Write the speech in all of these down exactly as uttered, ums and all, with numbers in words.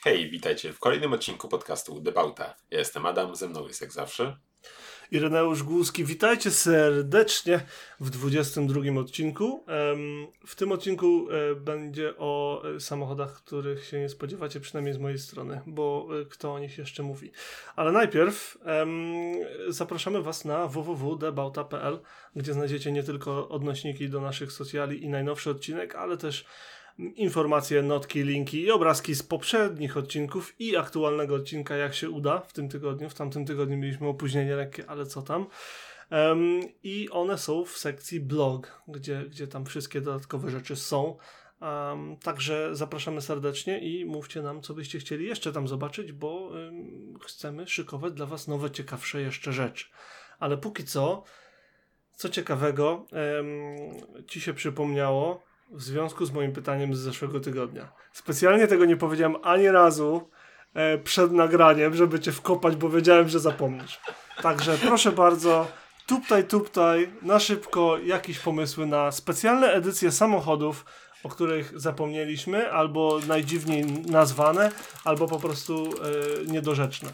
Hej, witajcie w kolejnym odcinku podcastu Debauta. Ja jestem Adam, ze mną jest jak zawsze Ireneusz Głuski, witajcie serdecznie w dwudziestym drugim odcinku. W tym odcinku będzie o samochodach, których się nie spodziewacie, przynajmniej z mojej strony, bo kto o nich jeszcze mówi. Ale najpierw zapraszamy Was na w w w kropka debauta kropka p l, gdzie znajdziecie nie tylko odnośniki do naszych socjali i najnowszy odcinek, ale też informacje, notki, linki i obrazki z poprzednich odcinków i aktualnego odcinka, jak się uda w tym tygodniu. W tamtym tygodniu mieliśmy opóźnienie lekkie, ale co tam. Um, I one są w sekcji blog, gdzie, gdzie tam wszystkie dodatkowe rzeczy są. Um, także zapraszamy serdecznie i mówcie nam, co byście chcieli jeszcze tam zobaczyć, bo um, chcemy szykować dla Was nowe, ciekawsze jeszcze rzeczy. Ale póki co, co ciekawego um, Ci się przypomniało w związku z moim pytaniem z zeszłego tygodnia. Specjalnie tego nie powiedziałem ani razu e, przed nagraniem, żeby cię wkopać, bo wiedziałem, że zapomnisz. Także proszę bardzo, tuptaj, tuptaj, na szybko jakieś pomysły na specjalne edycje samochodów, o których zapomnieliśmy, albo najdziwniej nazwane, albo po prostu e, niedorzeczne.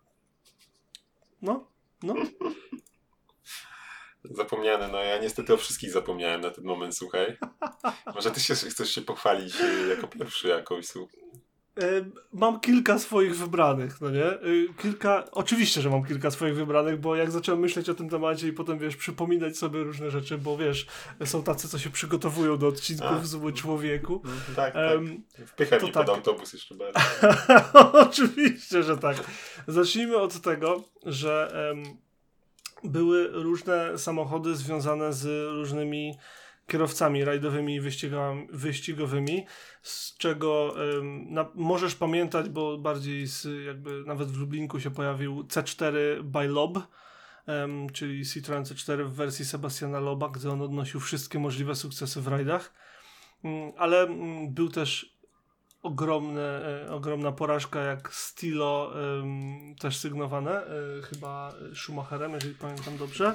No, no. Zapomniane, no ja niestety o wszystkich zapomniałem na ten moment, słuchaj. Może ty się, chcesz się pochwalić jako pierwszy jakoś, słuchaj. Mam kilka swoich wybranych, no nie? Kilka, oczywiście, że mam kilka swoich wybranych, bo jak zacząłem myśleć o tym temacie i potem, wiesz, przypominać sobie różne rzeczy, bo wiesz, są tacy, co się przygotowują do odcinków zły człowieku. No, tak, um, tak. Wpychaj mi tak. pod autobus jeszcze bardziej. Oczywiście, że tak. Zacznijmy od tego, że um, były różne samochody związane z różnymi kierowcami rajdowymi i wyścigowymi, z czego um, na, możesz pamiętać, bo bardziej z, jakby nawet w Lublinku się pojawił C cztery by Lob, um, czyli Citroen C cztery w wersji Sebastiana Loba, gdzie on odnosił wszystkie możliwe sukcesy w rajdach, um, ale um, był też ogromne, e, ogromna porażka jak Stilo, um, też sygnowane, e, chyba Schumacherem, jeżeli pamiętam dobrze.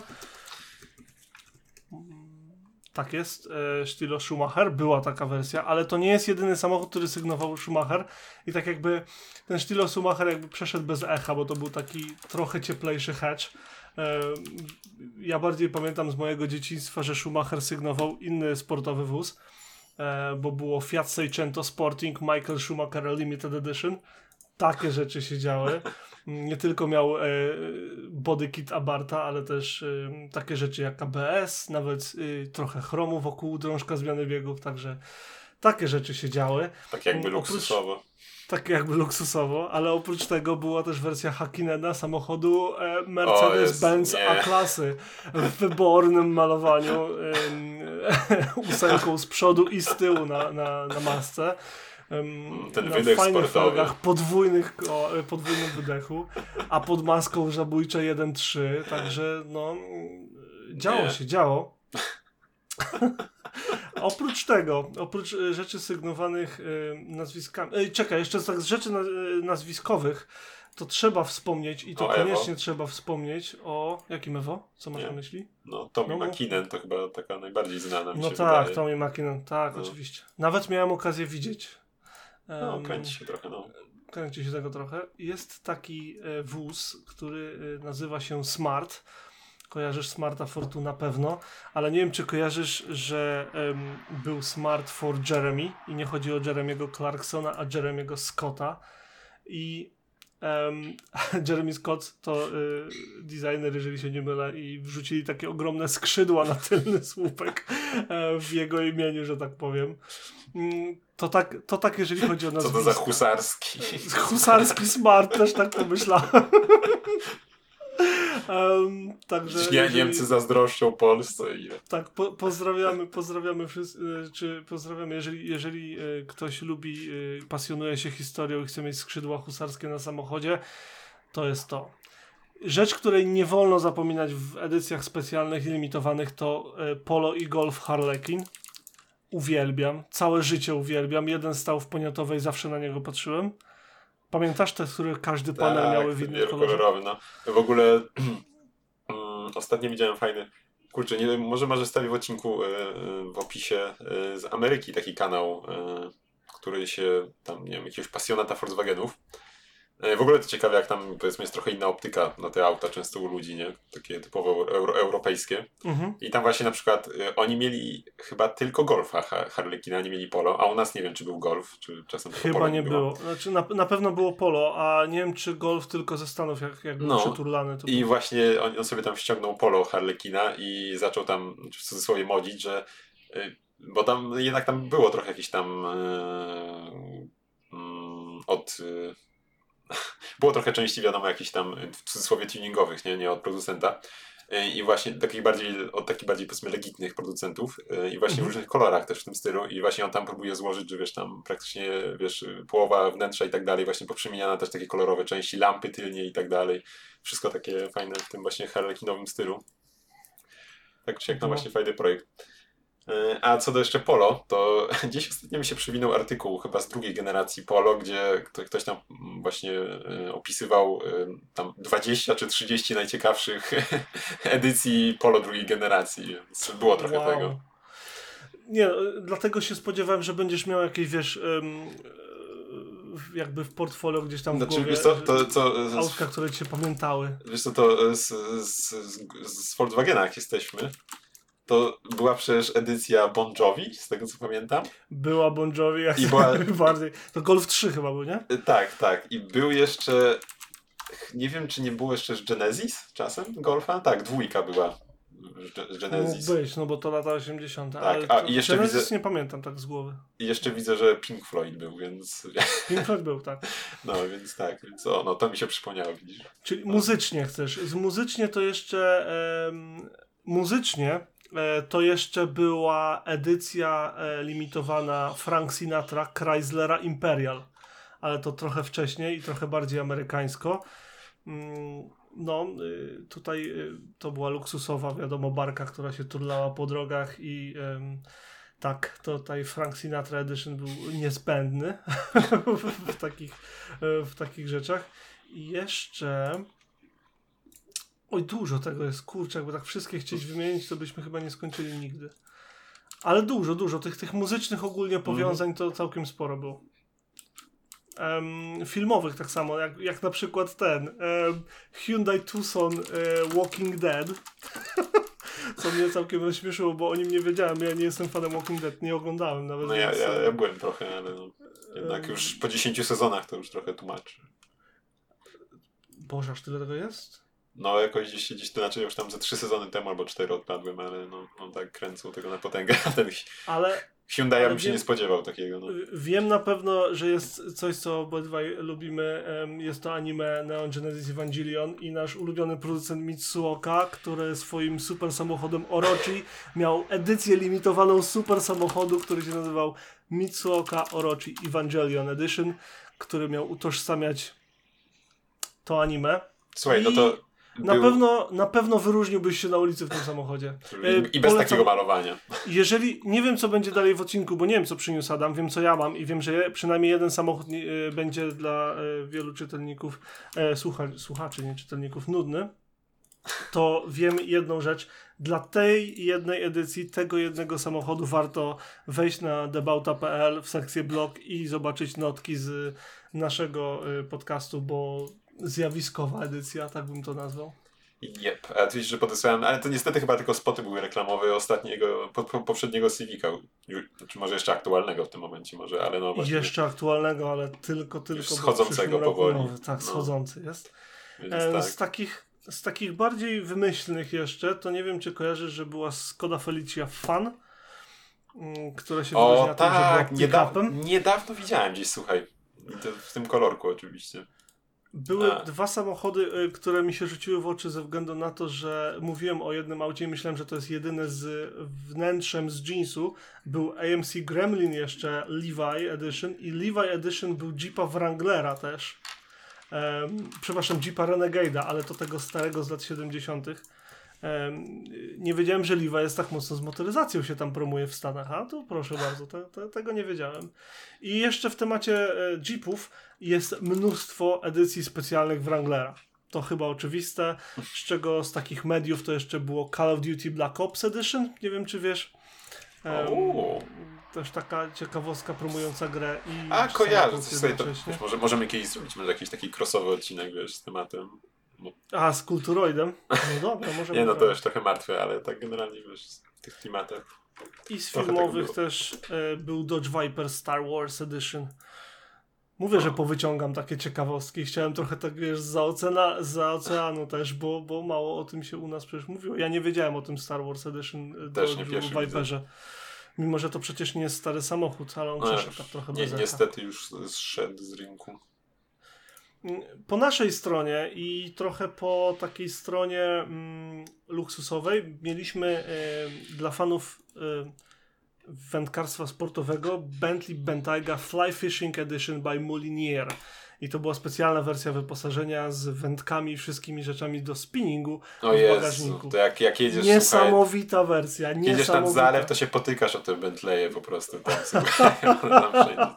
Tak jest, e, Stilo Schumacher, była taka wersja, ale to nie jest jedyny samochód, który sygnował Schumacher i tak jakby ten Stilo Schumacher jakby przeszedł bez echa, bo to był taki trochę cieplejszy hatch. E, ja bardziej pamiętam z mojego dzieciństwa, że Schumacher sygnował inny sportowy wóz, e, bo było Fiat Seicento Sporting Michael Schumacher Limited Edition. Takie rzeczy się działy. Nie tylko miał e, body kit Abartha, ale też e, takie rzeczy jak A B S, nawet e, trochę chromu wokół drążka zmiany biegów, także takie rzeczy się działy. Tak jakby luksusowo. Oprócz, tak jakby luksusowo, ale oprócz tego była też wersja Hakinena samochodu e, Mercedes-Benz A-klasy w wybornym malowaniu e, ósemką z przodu i z tyłu na, na, na masce. Um, Ten na wydech fajnych sportowy. flagach, podwójnych, o, podwójnym wydechu, a pod maską zabójcze jeden trzy, także no działo Nie. się, działo. Oprócz tego, oprócz rzeczy sygnowanych y, nazwiskami, y, czekaj, jeszcze z tak z rzeczy na, y, nazwiskowych, to trzeba wspomnieć i to O koniecznie Evo. trzeba wspomnieć o, jakim Evo? Co masz Nie. na myśli? No Tommy No, McKinnon to chyba taka najbardziej znana mi No się tak, wydaje. Tommy McKinnon, tak, No. oczywiście. Nawet miałem okazję widzieć. No, kręci się trochę, no. Kręci się tego trochę. Jest taki e, wóz, który e, nazywa się Smart. Kojarzysz Smarta Fortu na pewno, ale nie wiem, czy kojarzysz, że em, był Smart for Jeremy i nie chodzi o Jeremiego Clarksona, a Jeremiego Scotta. I um, Jeremy Scott to y, designer, jeżeli się nie mylę, i wrzucili takie ogromne skrzydła na tylny słupek e, w jego imieniu, że tak powiem. Mm, To tak, to tak, jeżeli chodzi o nazwisko. Co to za husarski? Husarski Smart, też tak pomyślałem. um, także Nie, jeżeli... Niemcy zazdroszczą Polsce. I... Tak, po, pozdrawiamy, pozdrawiamy wszyscy, czy pozdrawiamy, jeżeli, jeżeli y, ktoś lubi, y, pasjonuje się historią i chce mieć skrzydła husarskie na samochodzie, to jest to. Rzecz, której nie wolno zapominać w edycjach specjalnych i limitowanych, to y, Polo i Golf Harlequin. Uwielbiam, całe życie uwielbiam. Jeden stał w Poniatowej, zawsze na niego patrzyłem. Pamiętasz te, które każdy panel tak, miały w innym kolorze? kolorowy, no. W ogóle um, ostatnio widziałem fajny, kurczę, nie wiem, może może stawię w odcinku y, y, w opisie y, z Ameryki taki kanał, y, który się tam, nie wiem, jakiegoś pasjonata Volkswagenów. W ogóle to ciekawe, jak tam powiedzmy jest trochę inna optyka na te auta często u ludzi, nie? Takie typowo euro, europejskie. Mhm. I tam właśnie na przykład y, oni mieli chyba tylko Golfa ha- Harlequina, nie mieli Polo, a u nas nie wiem, czy był Golf, czy czasem tylko Chyba Polo nie było. było. Znaczy na, na pewno było Polo, a nie wiem czy Golf tylko ze Stanów, jak, jak był No. przyturlany. To I był... właśnie on, on sobie tam ściągnął Polo Harlequina i zaczął tam w cudzysłowie modzić, że y, bo tam jednak tam było trochę jakieś tam y, y, od... Y, było trochę części, wiadomo, jakichś tam w cudzysłowie tuningowych, nie, nie od producenta. I właśnie takich bardziej, od takich bardziej powiedzmy legitnych producentów i właśnie w różnych kolorach też w tym stylu i właśnie on tam próbuje złożyć, że wiesz, tam praktycznie, wiesz, połowa wnętrza i tak dalej, właśnie poprzemieniana też takie kolorowe części, lampy tylnie i tak dalej. Wszystko takie fajne w tym właśnie harlekinowym stylu. Tak czy jak no właśnie fajny projekt. A co do jeszcze Polo, to gdzieś ostatnio mi się przewinął artykuł chyba z drugiej generacji Polo, gdzie ktoś tam właśnie opisywał tam dwadzieścia czy trzydzieści najciekawszych edycji Polo drugiej generacji, więc było trochę wow. tego. Nie, dlatego się spodziewałem, że będziesz miał jakieś, wiesz, um, jakby w portfolio gdzieś tam w znaczy, głowie wiesz co, to, co, z, autka, które ci się pamiętały. Wiesz co, to z, z, z, z Volkswagena jak jesteśmy, to była przecież edycja Bon Jovi, z tego co pamiętam. Była Bon Jovi, jak I była... bardziej. To Golf trzy chyba był, nie? Tak, tak. I był jeszcze... Nie wiem, czy nie było jeszcze z Genesis czasem Golfa? Tak, dwójka była z Genesis. Mógł być, no bo to lata osiemdziesiąte. Tak, ale a to i jeszcze Genesis widzę... nie pamiętam tak z głowy. I jeszcze widzę, że Pink Floyd był, więc... Pink Floyd był, tak. No, więc tak, więc o, no to mi się przypomniało, widzisz. Czyli no. Muzycznie chcesz. Z muzycznie to jeszcze... Um, muzycznie to jeszcze była edycja limitowana Frank Sinatra Chryslera Imperial, ale to trochę wcześniej i trochę bardziej amerykańsko. No, tutaj to była luksusowa, wiadomo, barka, która się turlała po drogach i tak, tutaj Frank Sinatra Edition był niezbędny w, takich, w takich rzeczach. I jeszcze... Oj, dużo tego jest, kurczę, jakby tak wszystkie chcieć wymienić, to byśmy chyba nie skończyli nigdy. Ale dużo, dużo. Tych, tych muzycznych ogólnie powiązań to całkiem sporo było. Um, filmowych tak samo, jak, jak na przykład ten um, Hyundai Tucson um, Walking Dead. Co mnie całkiem rozśmieszyło, bo o nim nie wiedziałem. Ja nie jestem fanem Walking Dead, nie oglądałem nawet. No ja, więc... ja, ja byłem trochę, ale no, jednak um... już po dziesięciu sezonach to już trochę tłumaczy. Boże, aż tyle tego jest? No jakoś gdzieś, gdzieś to znaczy już tam ze trzy sezony temu albo cztery odpadłem, ale no, no tak kręcą tego na potęgę. Ten ale Hyundai ja bym wiem, się nie spodziewał takiego. No. Wiem na pewno, że jest coś, co obydwaj lubimy. Jest to anime Neon Genesis Evangelion i nasz ulubiony producent Mitsuoka, który swoim super samochodem Orochi miał edycję limitowaną super samochodu, który się nazywał Mitsuoka Orochi Evangelion Edition, który miał utożsamiać to anime. Słuchaj, I... no to Na, był... pewno, na pewno wyróżniłbyś się na ulicy w tym samochodzie. I, i bez Polecam, takiego malowania. Jeżeli, nie wiem co będzie dalej w odcinku, bo nie wiem co przyniósł Adam, wiem co ja mam i wiem, że przynajmniej jeden samochód y, będzie dla y, wielu czytelników, y, słucha, słuchaczy, nie czytelników, nudny, to wiem jedną rzecz. Dla tej jednej edycji, tego jednego samochodu warto wejść na debauta kropka p l w sekcję blog i zobaczyć notki z naszego y, podcastu, bo zjawiskowa edycja, tak bym to nazwał. Jep, a ty wiesz, że podesłałem, ale to niestety chyba tylko spoty były reklamowe ostatniego, po, po, poprzedniego Civica, czy może jeszcze aktualnego w tym momencie, może, ale no właśnie. Jeszcze aktualnego, ale tylko, tylko. Schodzącego powoli. Nowy, tak, no. schodzący jest. E, tak. Z, takich, z takich bardziej wymyślnych jeszcze, to nie wiem, czy kojarzysz, że była Skoda Felicia Fan, która się o, wyróżnia tak, tym, że była pick-upem. Niedawno widziałem gdzieś, słuchaj, w tym kolorku oczywiście. Były A. dwa samochody, które mi się rzuciły w oczy ze względu na to, że mówiłem o jednym aucie i myślałem, że to jest jedyne z wnętrzem z jeansu. Był A M C Gremlin jeszcze Levi Edition i Levi Edition był Jeepa Wranglera też. Um, przepraszam, Jeepa Renegade'a, ale to tego starego z lat siedemdziesiątych. Um, nie wiedziałem, że Levi jest tak mocno z motoryzacją się tam promuje w Stanach. A to proszę bardzo, te, te, tego nie wiedziałem. I jeszcze w temacie e, Jeepów jest mnóstwo edycji specjalnych Wranglera. To chyba oczywiste, z czego z takich mediów to jeszcze było Call of Duty Black Ops Edition. Nie wiem, czy wiesz. Um, też taka ciekawostka promująca grę i A, kojarzę. samochód Coś sobie to, jednocześnie. wiesz, może, możemy kiedyś zrobić może jakiś taki crossowy odcinek, wiesz, z tematem. No. A, z Kulturoidem? No dobra, możemy Nie no, to zrobić. już trochę martwe, ale tak generalnie, wiesz, w tych klimatach. I z trochę filmowych tego było. też e, był Dodge Viper Star Wars Edition. Mówię, że powyciągam takie ciekawostki. Chciałem trochę tak, wiesz, za, ocena, za oceanu też, bo, bo mało o tym się u nas przecież mówiło. Ja nie wiedziałem o tym Star Wars Edition Też nie Dodge'u pierwszy Viperze. Mimo, że to przecież nie jest stary samochód, ale on No, przeszedł tak trochę nie, bez echa. niestety już zszedł z rynku. Po naszej stronie i trochę po takiej stronie mm, luksusowej mieliśmy e, dla fanów e, wędkarstwa sportowego Bentley Bentayga Fly Fishing Edition by Molinier. I to była specjalna wersja wyposażenia z wędkami i wszystkimi rzeczami do spinningu O w Jezu, bagażniku. to jak, jak jedziesz, słuchaj, Niesamowita wersja, jedziesz nad niesamowita. zalew, to się potykasz o te Bentleye po prostu. Tam, słuchaj, one tam wszędzie.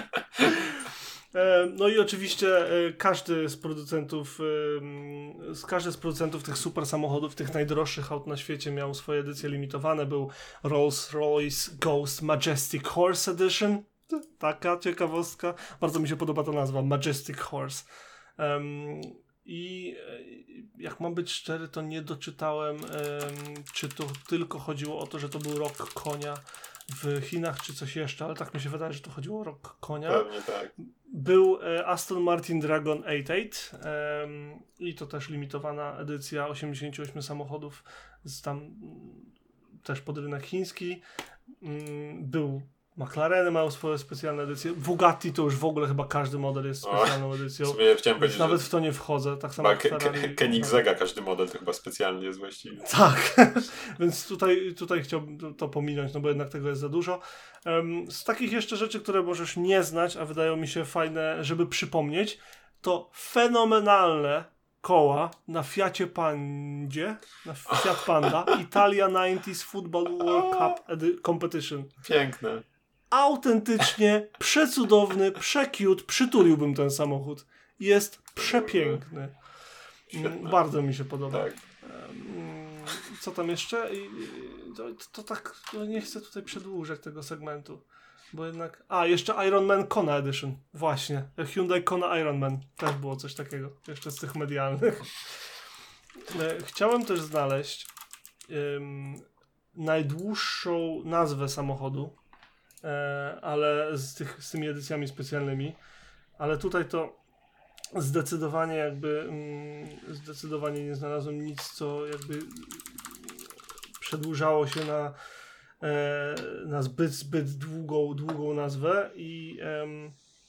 E, No i oczywiście e, każdy z producentów, e, z- każdy z producentów tych super samochodów, tych najdroższych aut na świecie miał swoje edycje limitowane. Był Rolls-Royce Ghost Majestic Horse Edition. Taka ciekawostka. Bardzo mi się podoba ta nazwa, Majestic Horse. Em, I e, jak mam być szczery, to nie doczytałem, em, czy to tylko chodziło o to, że to był rok konia w Chinach, czy coś jeszcze, ale tak mi się wydaje, że to chodziło o rok konia. Pewnie tak. Był e, Aston Martin Dragon osiemdziesiąt osiem em, i to też limitowana edycja osiemdziesięciu ośmiu samochodów z tam mm, też pod rynek chiński. Mm, Był McLaren, miał swoje specjalne edycje. Bugatti to już w ogóle chyba każdy model jest O, specjalną edycją. Sobie chciałem Więc powiedzieć, nawet że w to nie wchodzę. Tak samo chyba jak Ke- Ferrari. Ke- Koenigsegga każdy model to chyba specjalnie jest właściwie. Tak, więc tutaj, tutaj chciałbym to, to pominąć, no bo jednak tego jest za dużo. Um, z takich jeszcze rzeczy, które możesz nie znać, a wydają mi się fajne, żeby przypomnieć, to fenomenalne koła na Fiacie Pandzie, na Fiat Panda, Italia dziewięćdziesiąt Football World Cup edy- Competition. Piękne. Autentycznie przecudowny, przekiut, przytuliłbym ten samochód. Jest przepiękny. Świetne. Mm, Bardzo mi się podoba. Tak. Mm, Co tam jeszcze? I- i- To, to, to tak, no nie chcę tutaj przedłużać tego segmentu, bo jednak... A, jeszcze Iron Man Kona Edition. Właśnie. Hyundai Kona Iron Man. Też było coś takiego. Jeszcze z tych medialnych. E, Chciałem też znaleźć ym, najdłuższą nazwę samochodu, e, ale z, tych, z tymi edycjami specjalnymi. Ale tutaj to zdecydowanie jakby mm, zdecydowanie nie znalazłem nic, co jakby przedłużało się na, e, na zbyt, zbyt długą, długą nazwę i, em,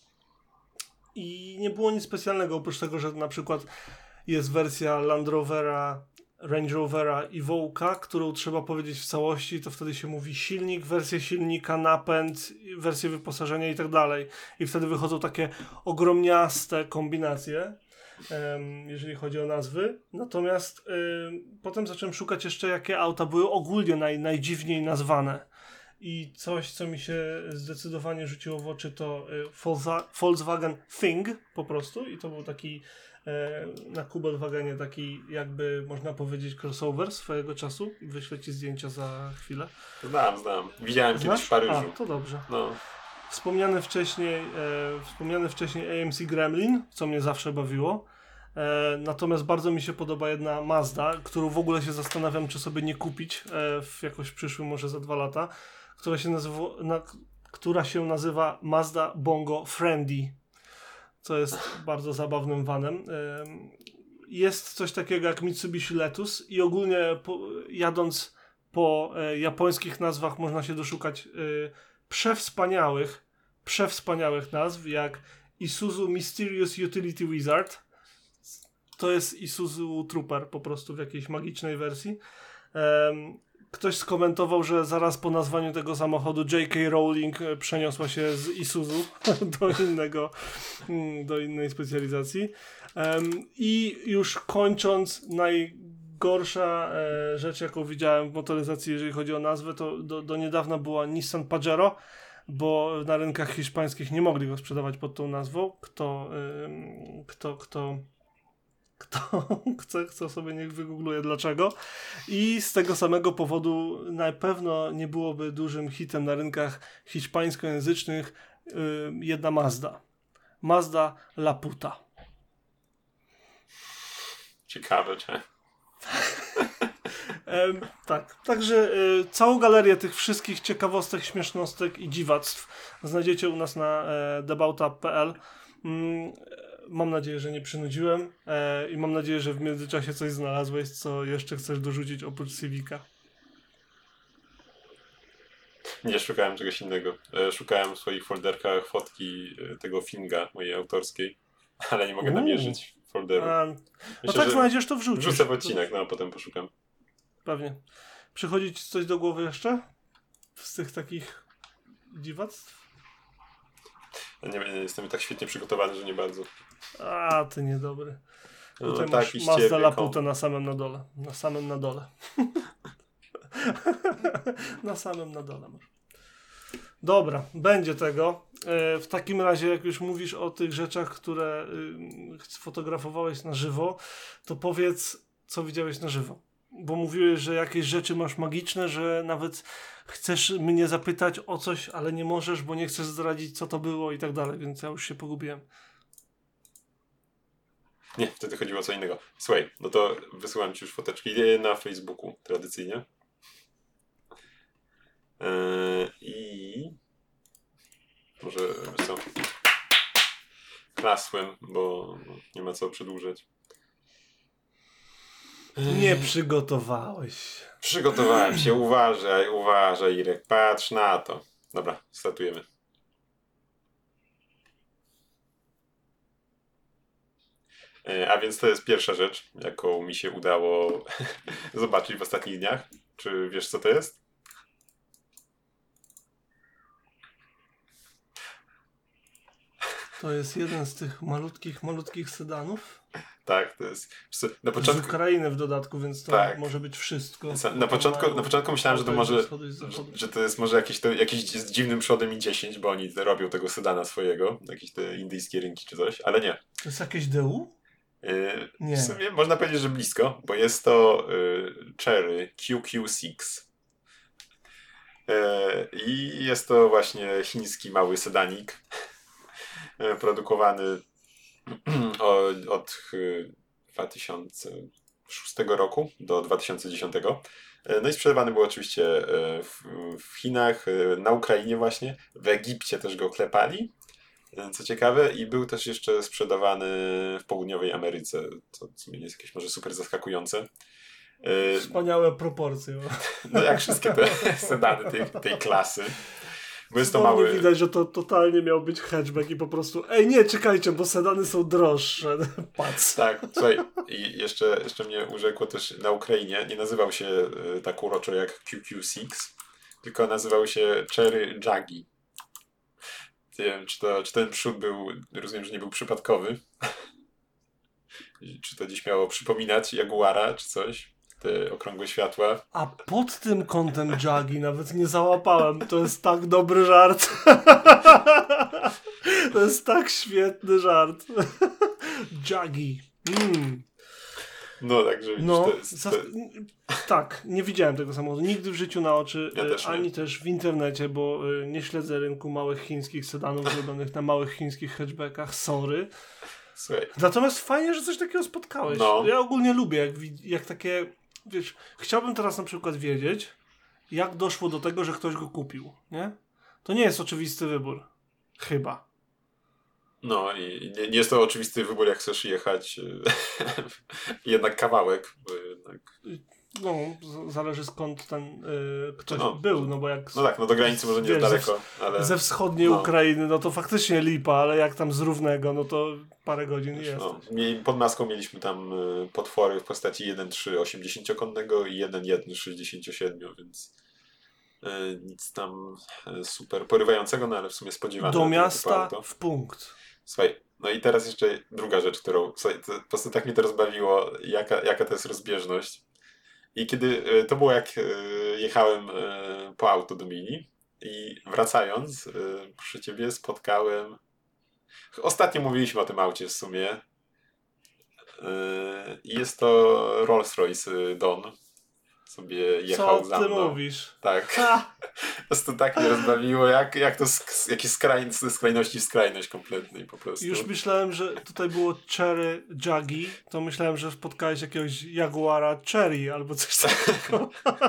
i nie było nic specjalnego oprócz tego, że na przykład jest wersja Land Rovera, Range Rovera i Evoque'a, którą trzeba powiedzieć w całości, to wtedy się mówi silnik, wersję silnika, napęd, wersję wyposażenia i tak dalej. I wtedy wychodzą takie ogromniaste kombinacje, em, jeżeli chodzi o nazwy. Natomiast ym, potem zacząłem szukać jeszcze, jakie auta były ogólnie naj, najdziwniej nazwane. I coś, co mi się zdecydowanie rzuciło w oczy, to y, Volkswa- Volkswagen Thing po prostu. I to był taki e, na Kubelwagenie taki, jakby można powiedzieć, crossover swojego czasu. Wyślę ci zdjęcia za chwilę. Znam, znam. Widziałem kiedyś Znasz? w Paryżu. A, to dobrze. No. Wspomniany wcześniej, e, wspomniany wcześniej A M C Gremlin, co mnie zawsze bawiło. E, natomiast bardzo mi się podoba jedna Mazda, którą w ogóle się zastanawiam, czy sobie nie kupić e, w jakoś przyszłym, może za dwa lata, która się nazywa, na, która się nazywa Mazda Bongo Friendly, co jest bardzo zabawnym vanem. E, jest coś takiego jak Mitsubishi Letus i ogólnie po, jadąc po e, japońskich nazwach można się doszukać e, przewspaniałych, przewspaniałych nazw, jak Isuzu Mysterious Utility Wizard. To jest Isuzu Trooper po prostu w jakiejś magicznej wersji. Um, ktoś skomentował, że zaraz po nazwaniu tego samochodu J K Rowling przeniosła się z Isuzu do innego, do innej specjalizacji. Um, I już kończąc, najgorsza e, rzecz, jaką widziałem w motoryzacji, jeżeli chodzi o nazwę, to do, do niedawna była Nissan Pajero, bo na rynkach hiszpańskich nie mogli go sprzedawać pod tą nazwą. Kto, ym, kto, kto Kto chce, chce sobie niech wygoogluje dlaczego. I z tego samego powodu na pewno nie byłoby dużym hitem na rynkach hiszpańskojęzycznych yy, jedna Mazda. Mazda Laputa. Ciekawe, czy... E, tak, także e, całą galerię tych wszystkich ciekawostek, śmiesznostek i dziwactw znajdziecie u nas na e, debauta kropka p l. Mm, mam nadzieję, że nie przynudziłem e, i mam nadzieję, że w międzyczasie coś znalazłeś, co jeszcze chcesz dorzucić oprócz Civica. Nie, szukałem czegoś innego. E, Szukałem w swoich folderkach fotki e, tego Finga mojej autorskiej, ale nie mogę Uuu. namierzyć folderu. A, no Myślę, tak że znajdziesz, to wrzucisz. Wrzucę w odcinek, no a potem poszukam. Pewnie. Przychodzi ci coś do głowy jeszcze? Z tych takich dziwactw? Ja nie, nie jestem tak świetnie przygotowany, że nie bardzo. A, ty niedobry. No, Tutaj taki masz z Mazda ciebie, Laputę kom. na samym na dole. Na samym na dole. Na samym na dole masz. Dobra, będzie tego. E, w takim razie, jak już mówisz o tych rzeczach, które y, sfotografowałeś na żywo, to powiedz, co widziałeś na żywo. Bo mówiłeś, że jakieś rzeczy masz magiczne, że nawet chcesz mnie zapytać o coś, ale nie możesz, bo nie chcesz zdradzić, co to było i tak dalej, więc ja już się pogubiłem. Nie, wtedy chodziło o co innego. Słuchaj, no to wysyłam ci już foteczki na Facebooku, tradycyjnie. Yy, I może, wiesz co, klasłem, bo nie ma co przedłużać. Nie przygotowałeś się. Przygotowałem się, uważaj, uważaj, Irek, patrz na to. Dobra, startujemy. Yy, A więc to jest pierwsza rzecz, jaką mi się udało zobaczyć w ostatnich dniach. Czy wiesz, co to jest? To jest jeden z tych malutkich, malutkich sedanów. Tak, to jest. Na Z początku. Ukrainy w dodatku, więc to Tak. może być wszystko. Na początku, na początku myślałem, że to może. Wschody i zachody. Że to jest może jakiś, to, jakiś z dziwnym przodem i dziesięć, bo oni robią tego sedana swojego, jakieś te indyjskie rynki czy coś, ale nie. To jest jakieś D U? Yy, Nie. W sumie można powiedzieć, że blisko, bo jest to yy, Chery Q Q sześć. Yy, I jest to właśnie chiński mały sedanik, yy, produkowany od, od yy, dwa tysiące szóstego roku do dwa tysiące dziesiątego. Yy, No i sprzedawany był oczywiście yy, w, w Chinach, yy, na Ukrainie właśnie, w Egipcie też go klepali. Co ciekawe, i był też jeszcze sprzedawany w południowej Ameryce, co w sumie nie jest jakieś może super zaskakujące. Yy, Wspaniałe proporcje. No jak wszystkie te sedany tej, tej klasy. Bo jest to Znowu mały... widać, że to totalnie miał być hatchback i po prostu ej nie, czekajcie, bo sedany są droższe. Patrz. Tak, słuchaj, i jeszcze, jeszcze mnie urzekło też na Ukrainie, nie nazywał się y, tak uroczo jak Q Q sześć, tylko nazywał się Chery Jaggi. Nie wiem, czy, to, czy ten przód był, rozumiem, że nie był przypadkowy. Czy to gdzieś miało przypominać Jaguara, czy coś? Te okrągłe światła. A pod tym kątem Jaggi nawet nie załapałem. To jest tak dobry żart. To jest tak świetny żart. Jaggi. Mm. No, także widzisz, No, to jest... za... To... tak, nie widziałem tego samochodu. Nigdy w życiu na oczy, Ja też nie. ani też w internecie, bo nie śledzę rynku małych chińskich sedanów zrobionych na małych chińskich hatchbackach. Sorry. Słuchaj. Natomiast fajnie, że coś takiego spotkałeś. No. Ja ogólnie lubię, jak, wi- jak takie, wiesz, chciałbym teraz na przykład wiedzieć, jak doszło do tego, że ktoś go kupił, nie? To nie jest oczywisty wybór. Chyba. No i nie, nie jest to oczywisty wybór, jak chcesz jechać jednak kawałek, bo jednak... No, z- zależy skąd ten y, ktoś No. był, no bo jak... No tak, no do granicy może nie jest wiesz, daleko, ale... Ze wschodniej no. Ukrainy, no to faktycznie lipa, ale jak tam z równego, no to parę godzin jest. No, mie- pod maską mieliśmy tam y, potwory w postaci jeden trzy osiemdziesięciokonnego i jeden jeden sześćdziesięciosiedmiu, więc y, nic tam y, super porywającego, no ale w sumie spodziewane. Do tego typu miasta auto. w punkt. Słuchaj, no i teraz jeszcze druga rzecz, którą... Słuchaj, to, po prostu tak mnie to rozbawiło, jaka, jaka to jest rozbieżność. I kiedy... y, To było jak y, jechałem y, po auto do Mini i wracając, y, przy ciebie spotkałem... Ostatnio mówiliśmy o tym aucie w sumie. Yy, I jest to Rolls-Royce Don. Sobie jechał Co za ty mną. mówisz? Tak. Ha! Po prostu tak mnie rozbawiło, jak, jak to sk- jakie skraj, ze skrajności w skrajność kompletnej po prostu. Już myślałem, że tutaj było Cherry Juggy, to myślałem, że spotkałeś jakiegoś Jaguara Cherry albo coś takiego.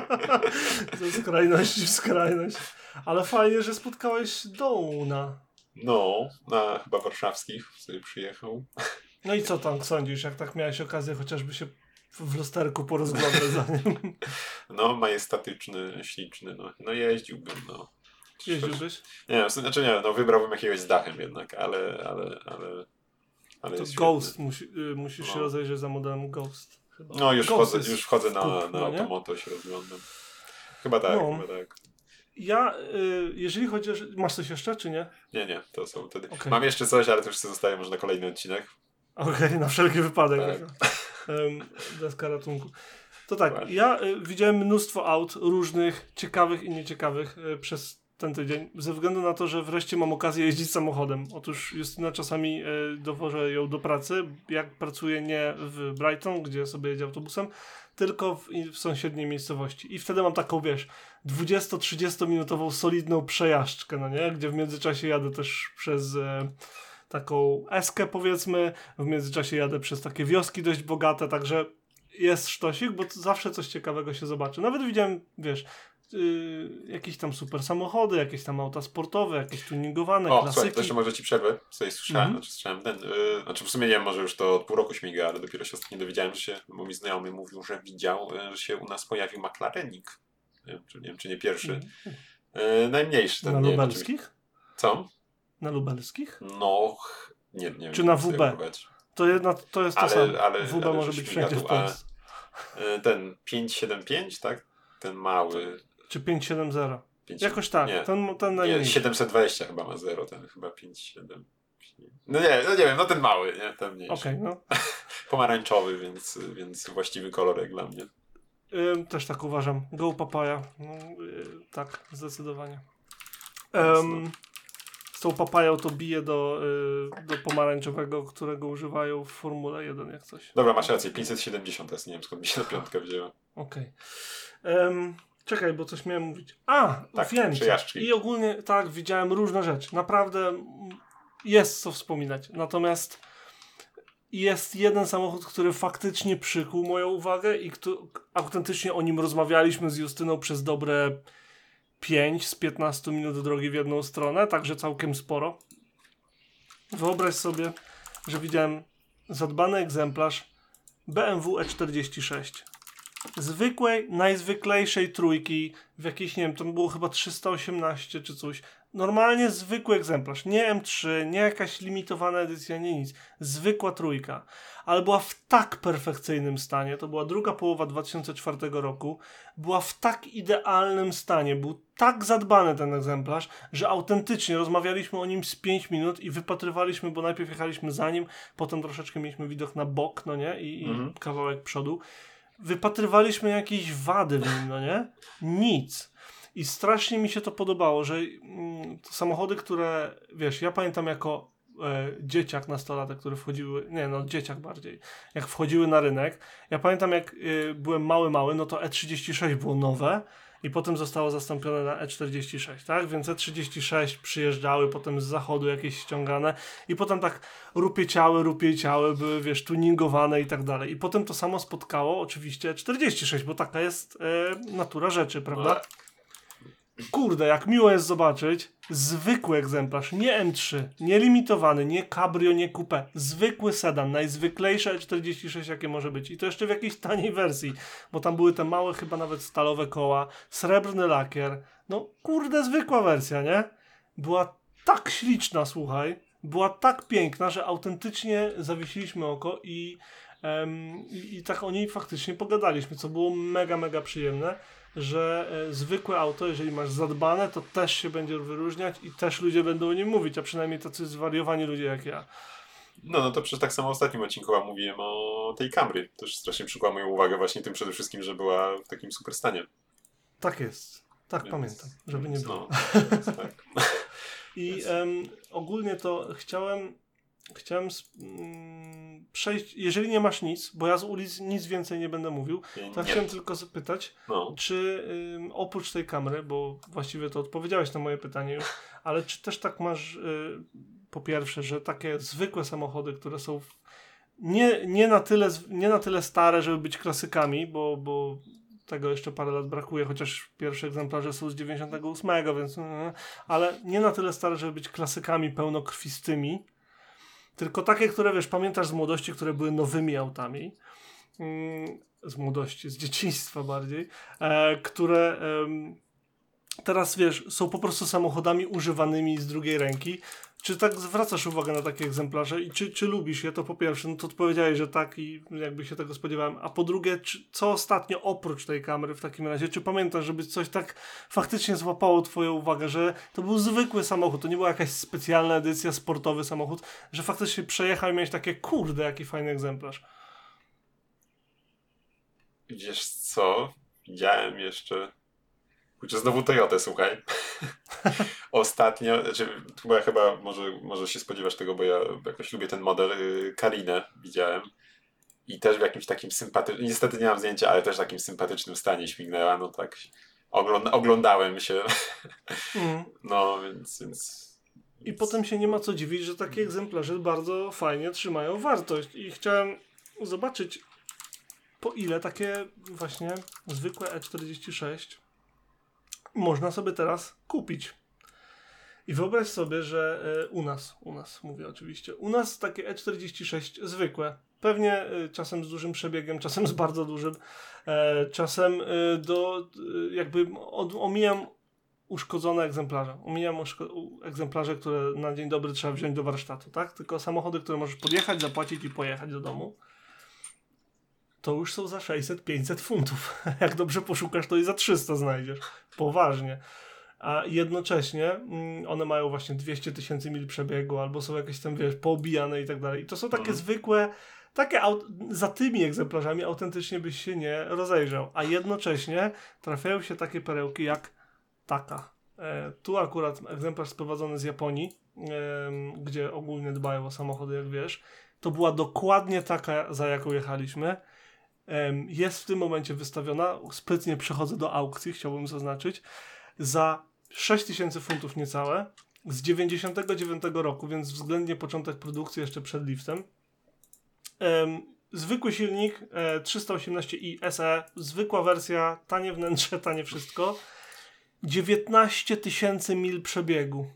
Ze skrajności w skrajność. Ale fajnie, że spotkałeś Dona. No, na chyba warszawskich sobie przyjechał. No i co tam sądzisz, jak tak miałeś okazję chociażby się w lusterku porozglądać za nim? No, majestatyczny, śliczny, no, no jeździłbym, no. Jeździłbyś? Nie, znaczy nie, no wybrałbym jakiegoś z dachem jednak, ale, ale, ale, ale To jest Ghost, musi, y, musisz No. się rozejrzeć za modelem Ghost. Chyba. świetny. No już Ghost wchodzę, jest już wchodzę na, kup, na no nie? automoto, się rozglądam. Chyba tak, No. chyba tak. Ja, y, jeżeli chodzi o... Masz coś jeszcze, czy nie? Nie, nie, to są wtedy. Okej. Mam jeszcze coś, ale to już sobie zostaje może na kolejny odcinek. Okej, na wszelki wypadek. Tak. Um, deska ratunku. To tak, Właśnie. ja y, widziałem mnóstwo aut różnych, ciekawych i nieciekawych y, przez ten tydzień, ze względu na to, że wreszcie mam okazję jeździć samochodem. Otóż Justyna czasami y, dowożę ją do pracy, jak pracuję nie w Brighton, gdzie sobie jedzie autobusem, tylko w, w sąsiedniej miejscowości. I wtedy mam taką, wiesz, dwudziesto-trzydziesto minutową solidną przejażdżkę, no nie? Gdzie w międzyczasie jadę też przez... E, taką eskę powiedzmy, w międzyczasie jadę przez takie wioski dość bogate, także jest sztosik, bo to zawsze coś ciekawego się zobaczy. Nawet widziałem, wiesz, yy, jakieś tam super samochody, jakieś tam auta sportowe, jakieś tuningowane, O, klasyki. słuchaj, to jeszcze może ci przerwę. Sobie słyszałem, Mhm. znaczy słyszałem ten, yy, znaczy w sumie nie wiem, może już to od pół roku śmiga, ale dopiero się ostatnio dowiedziałem, że się, bo mój znajomy mówił, że widział, yy, że się u nas pojawił McLarenik. Nie wiem, czy nie, wiem, czy nie pierwszy. Mhm. Yy, najmniejszy ten. Na nie wiem, lubelskich? Co? Na lubelskich? No, ch- nie, nie wiem. Czy nie na wiem, W sobie B? próbować. To, jedna, to jest to Ale- samo. ale- W B ale może że być śmiga wszędzie w tu, a- Polsce. Yy, ten pięć siedem pięć, tak? Ten mały. Czy pięć siedem zero. pięć, Jakoś tak, nie, ten, ten nie, najmniejszy. siedemset dwadzieścia chyba ma zero, ten chyba pięć siedem. No nie, no nie wiem, no ten mały, nie? Ten mniejszy. Okej, no. Pomarańczowy, więc, więc właściwy kolorek dla mnie. Ym, też tak uważam. Go Papaya. No, y, tak, zdecydowanie. Mocno. Ym, z tą papają to bije do, y, do pomarańczowego, którego używają w Formule jeden, jak coś. Dobra, masz rację, pięćset siedemdziesiąt jest, nie wiem skąd mi się na piątkę wzięła. Okej. Ym, Czekaj, bo coś miałem mówić. A, Tak, wiem. co. przejażdżki. I ogólnie tak, widziałem różne rzeczy. Naprawdę mm, jest co wspominać. Natomiast jest jeden samochód, który faktycznie przykuł moją uwagę i kto, autentycznie o nim rozmawialiśmy z Justyną przez dobre pięć z piętnastu minut drogi w jedną stronę, także całkiem sporo. Wyobraź sobie, że widziałem zadbany egzemplarz B M W E czterdzieści sześć. Zwykłej, najzwyklejszej trójki, w jakiejś, nie wiem, tam było chyba trzysta osiemnaście czy coś. Normalnie zwykły egzemplarz, nie M trzy, nie jakaś limitowana edycja, nie nic. Zwykła trójka. Ale była w tak perfekcyjnym stanie, to była druga połowa dwa tysiące czwartego roku, była w tak idealnym stanie, był tak zadbany ten egzemplarz, że autentycznie rozmawialiśmy o nim z pięć minut i wypatrywaliśmy, bo najpierw jechaliśmy za nim, potem troszeczkę mieliśmy widok na bok, no nie, i, Mhm. i kawałek przodu. Wypatrywaliśmy jakieś wady w nim, no nie? Nic. I strasznie mi się to podobało, że mm, to samochody, które, wiesz, ja pamiętam jako e, dzieciak, nastolatek, które wchodziły, nie no, dzieciak bardziej, jak wchodziły na rynek, ja pamiętam jak e, byłem mały, mały, no to E trzydzieści sześć było nowe i potem zostało zastąpione na E czterdzieści sześć, tak? Więc E trzydzieści sześć przyjeżdżały potem z zachodu jakieś ściągane i potem tak rupieciały, rupieciały, były, wiesz, tuningowane i tak dalej. I potem to samo spotkało oczywiście E czterdzieści sześć, bo taka jest e, natura rzeczy, prawda? Kurde, jak miło jest zobaczyć zwykły egzemplarz, nie M trzy, nie limitowany, nie cabrio, nie coupé, zwykły sedan, najzwyklejsze E czterdzieści sześć jakie może być i to jeszcze w jakiejś taniej wersji, bo tam były te małe chyba nawet stalowe koła, srebrny lakier, no kurde zwykła wersja, nie? Była tak śliczna, słuchaj, była tak piękna, że autentycznie zawiesiliśmy oko i, em, i, i tak o niej faktycznie pogadaliśmy, co było mega, mega przyjemne, że e, zwykłe auto, jeżeli masz zadbane, to też się będzie wyróżniać i też ludzie będą o nim mówić, a przynajmniej tacy zwariowani ludzie jak ja. No, no to przecież tak samo w ostatnim odcinku wam mówiłem o tej Camry. Też strasznie przykuła moją uwagę właśnie tym przede wszystkim, że była w takim super stanie. Tak jest. Tak Więc- pamiętam, żeby nie więc było. No, więc tak. I em, ogólnie to chciałem chciałem sp- mm, przejść, jeżeli nie masz nic, bo ja z ulic nic więcej nie będę mówił, to Nie. chciałem tylko zapytać, No. czy ym, oprócz tej kamery, bo właściwie to odpowiedziałeś na moje pytanie już, ale czy też tak masz, y, po pierwsze, że takie zwykłe samochody, które są w, nie, nie, na tyle, z- nie na tyle stare, żeby być klasykami, bo, bo tego jeszcze parę lat brakuje, chociaż pierwsze egzemplarze są z dziewięćdziesiątego ósmego, więc mm, ale nie na tyle stare, żeby być klasykami pełnokrwistymi, tylko takie, które wiesz, pamiętasz z młodości, które były nowymi autami, mm, z młodości, z dzieciństwa bardziej, e, które em, teraz wiesz, są po prostu samochodami używanymi z drugiej ręki. Czy tak zwracasz uwagę na takie egzemplarze i czy, czy lubisz je? To po pierwsze, no to odpowiedziałeś, że tak i jakby się tego spodziewałem. A po drugie, czy, co ostatnio oprócz tej kamery w takim razie? Czy pamiętasz, żeby coś tak faktycznie złapało twoją uwagę, że to był zwykły samochód, to nie była jakaś specjalna edycja, sportowy samochód, że faktycznie przejechał i miałeś takie, kurde, jaki fajny egzemplarz. Wiesz co? Widziałem jeszcze... Kurczę, znowu Toyotę, słuchaj. Ostatnio, znaczy, chyba, chyba może, może się spodziewasz tego, bo ja jakoś lubię ten model, yy, Karinę widziałem. I też w jakimś takim sympatycznym, niestety nie mam zdjęcia, ale też w takim sympatycznym stanie śmignęła, no tak. Ogląda, oglądałem się. Mm. No, więc... więc I potem się nie ma co dziwić, że takie egzemplarze bardzo fajnie trzymają wartość. I chciałem zobaczyć, po ile takie właśnie zwykłe E czterdzieści sześć można sobie teraz kupić. I wyobraź sobie, że e, u nas, u nas mówię oczywiście, u nas takie E czterdzieści sześć zwykłe, pewnie e, czasem z dużym przebiegiem, czasem z bardzo dużym, e, czasem e, do, e, jakby od, omijam uszkodzone egzemplarze, omijam uszko- u- egzemplarze, które na dzień dobry trzeba wziąć do warsztatu, tak? Tylko samochody, które możesz podjechać, zapłacić i pojechać do domu, to już są za sześćset pięćset funtów. Jak dobrze poszukasz, to i za trzysta znajdziesz. Poważnie. A jednocześnie mm, one mają właśnie dwieście tysięcy mil przebiegu, albo są jakieś tam, wiesz, poobijane i tak dalej. I to są takie Mhm. zwykłe, takie aut- za tymi egzemplarzami autentycznie byś się nie rozejrzał. A jednocześnie trafiają się takie perełki jak taka. E, tu akurat egzemplarz sprowadzony z Japonii, em, gdzie ogólnie dbają o samochody, jak wiesz. To była dokładnie taka, za jaką jechaliśmy. Em, jest w tym momencie wystawiona, sprytnie przechodzę do aukcji, chciałbym zaznaczyć, za sześć tysięcy funtów niecałe, z dziewięćdziesiątego dziewiątego roku, więc względnie początek produkcji jeszcze przed liftem. Em, zwykły silnik e, trzysta osiemnaście i S E, zwykła wersja, tanie wnętrze, tanie wszystko. dziewiętnaście tysięcy mil przebiegu.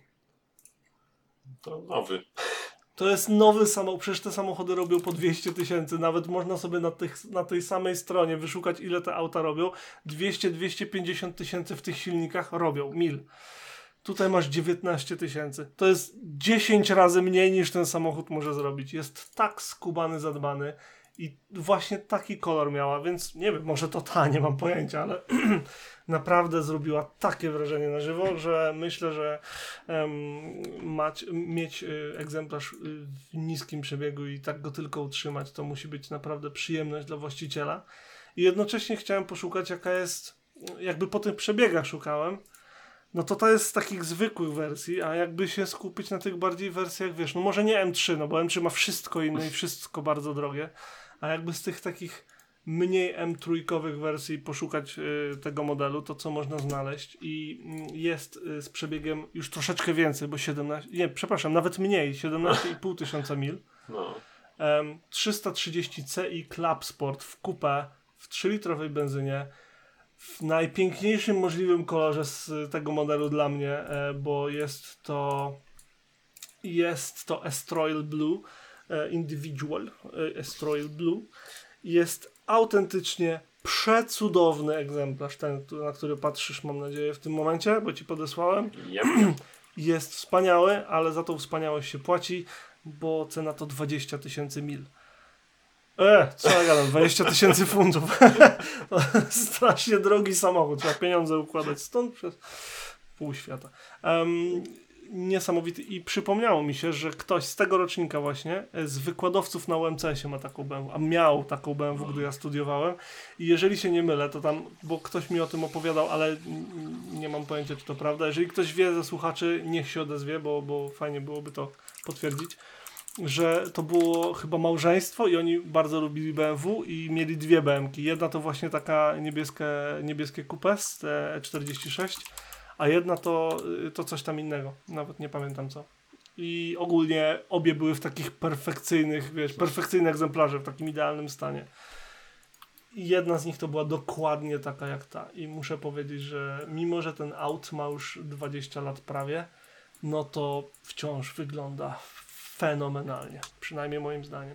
to nowy. To jest nowy samochód, przecież te samochody robią po dwieście tysięcy, nawet można sobie na, tych, na tej samej stronie wyszukać, ile te auta robią. dwieście do dwieście pięćdziesiąt tysięcy w tych silnikach robią, mil. Tutaj masz dziewiętnaście tysięcy. To jest dziesięć razy mniej niż ten samochód może zrobić. Jest tak skubany, zadbany i właśnie taki kolor miała, więc nie wiem, może to ta, nie mam pojęcia, ale naprawdę zrobiła takie wrażenie na żywo, że myślę, że em, mać, mieć y, egzemplarz y, w niskim przebiegu i tak go tylko utrzymać, to musi być naprawdę przyjemność dla właściciela. I jednocześnie chciałem poszukać, jaka jest, jakby po tych przebiegach szukałem, no to to jest z takich zwykłych wersji, a jakby się skupić na tych bardziej wersjach, wiesz, no może nie M trzy, no bo M trzy ma wszystko inne i wszystko bardzo drogie, a jakby z tych takich mniej M trzy-kowych wersji poszukać y, tego modelu, to co można znaleźć i y, jest y, z przebiegiem już troszeczkę więcej, bo siedemnaście, nie, przepraszam, nawet mniej, siedemnaście i pół tysiąca mil. No. Um, trzysta trzydzieści C i Club Sport w coupé, w trzylitrowej benzynie, w najpiękniejszym możliwym kolorze z tego modelu dla mnie, e, bo jest to jest to Estroil Blue e, Individual e, Estroil Blue. Jest autentycznie przecudowny egzemplarz, ten, na który patrzysz, mam nadzieję, w tym momencie, bo ci podesłałem. Yep. Jest wspaniały, ale za tą wspaniałość się płaci, bo cena to dwadzieścia tysięcy mil. E, co ja gadam, dwadzieścia tysięcy funtów. Strasznie drogi samochód, trzeba pieniądze układać stąd przez pół świata. Um, niesamowity. I przypomniało mi się, że ktoś z tego rocznika właśnie, z wykładowców na U M C sie ma taką B M W, a miał taką B M W, gdy ja studiowałem. I jeżeli się nie mylę, to tam, bo ktoś mi o tym opowiadał, ale nie mam pojęcia, czy to prawda. Jeżeli ktoś wie ze słuchaczy, niech się odezwie, bo, bo fajnie byłoby to potwierdzić. że to było chyba małżeństwo i oni bardzo lubili B M W i mieli dwie B M ki. Jedna to właśnie taka niebieskie, niebieskie coupé z E czterdzieści sześć, a jedna to, to coś tam innego. Nawet nie pamiętam co. I ogólnie obie były w takich perfekcyjnych, wiesz, perfekcyjne egzemplarze, w takim idealnym stanie. I jedna z nich to była dokładnie taka jak ta. I muszę powiedzieć, że mimo, że ten aut ma już dwadzieścia lat prawie, no to wciąż wygląda fenomenalnie. Przynajmniej moim zdaniem.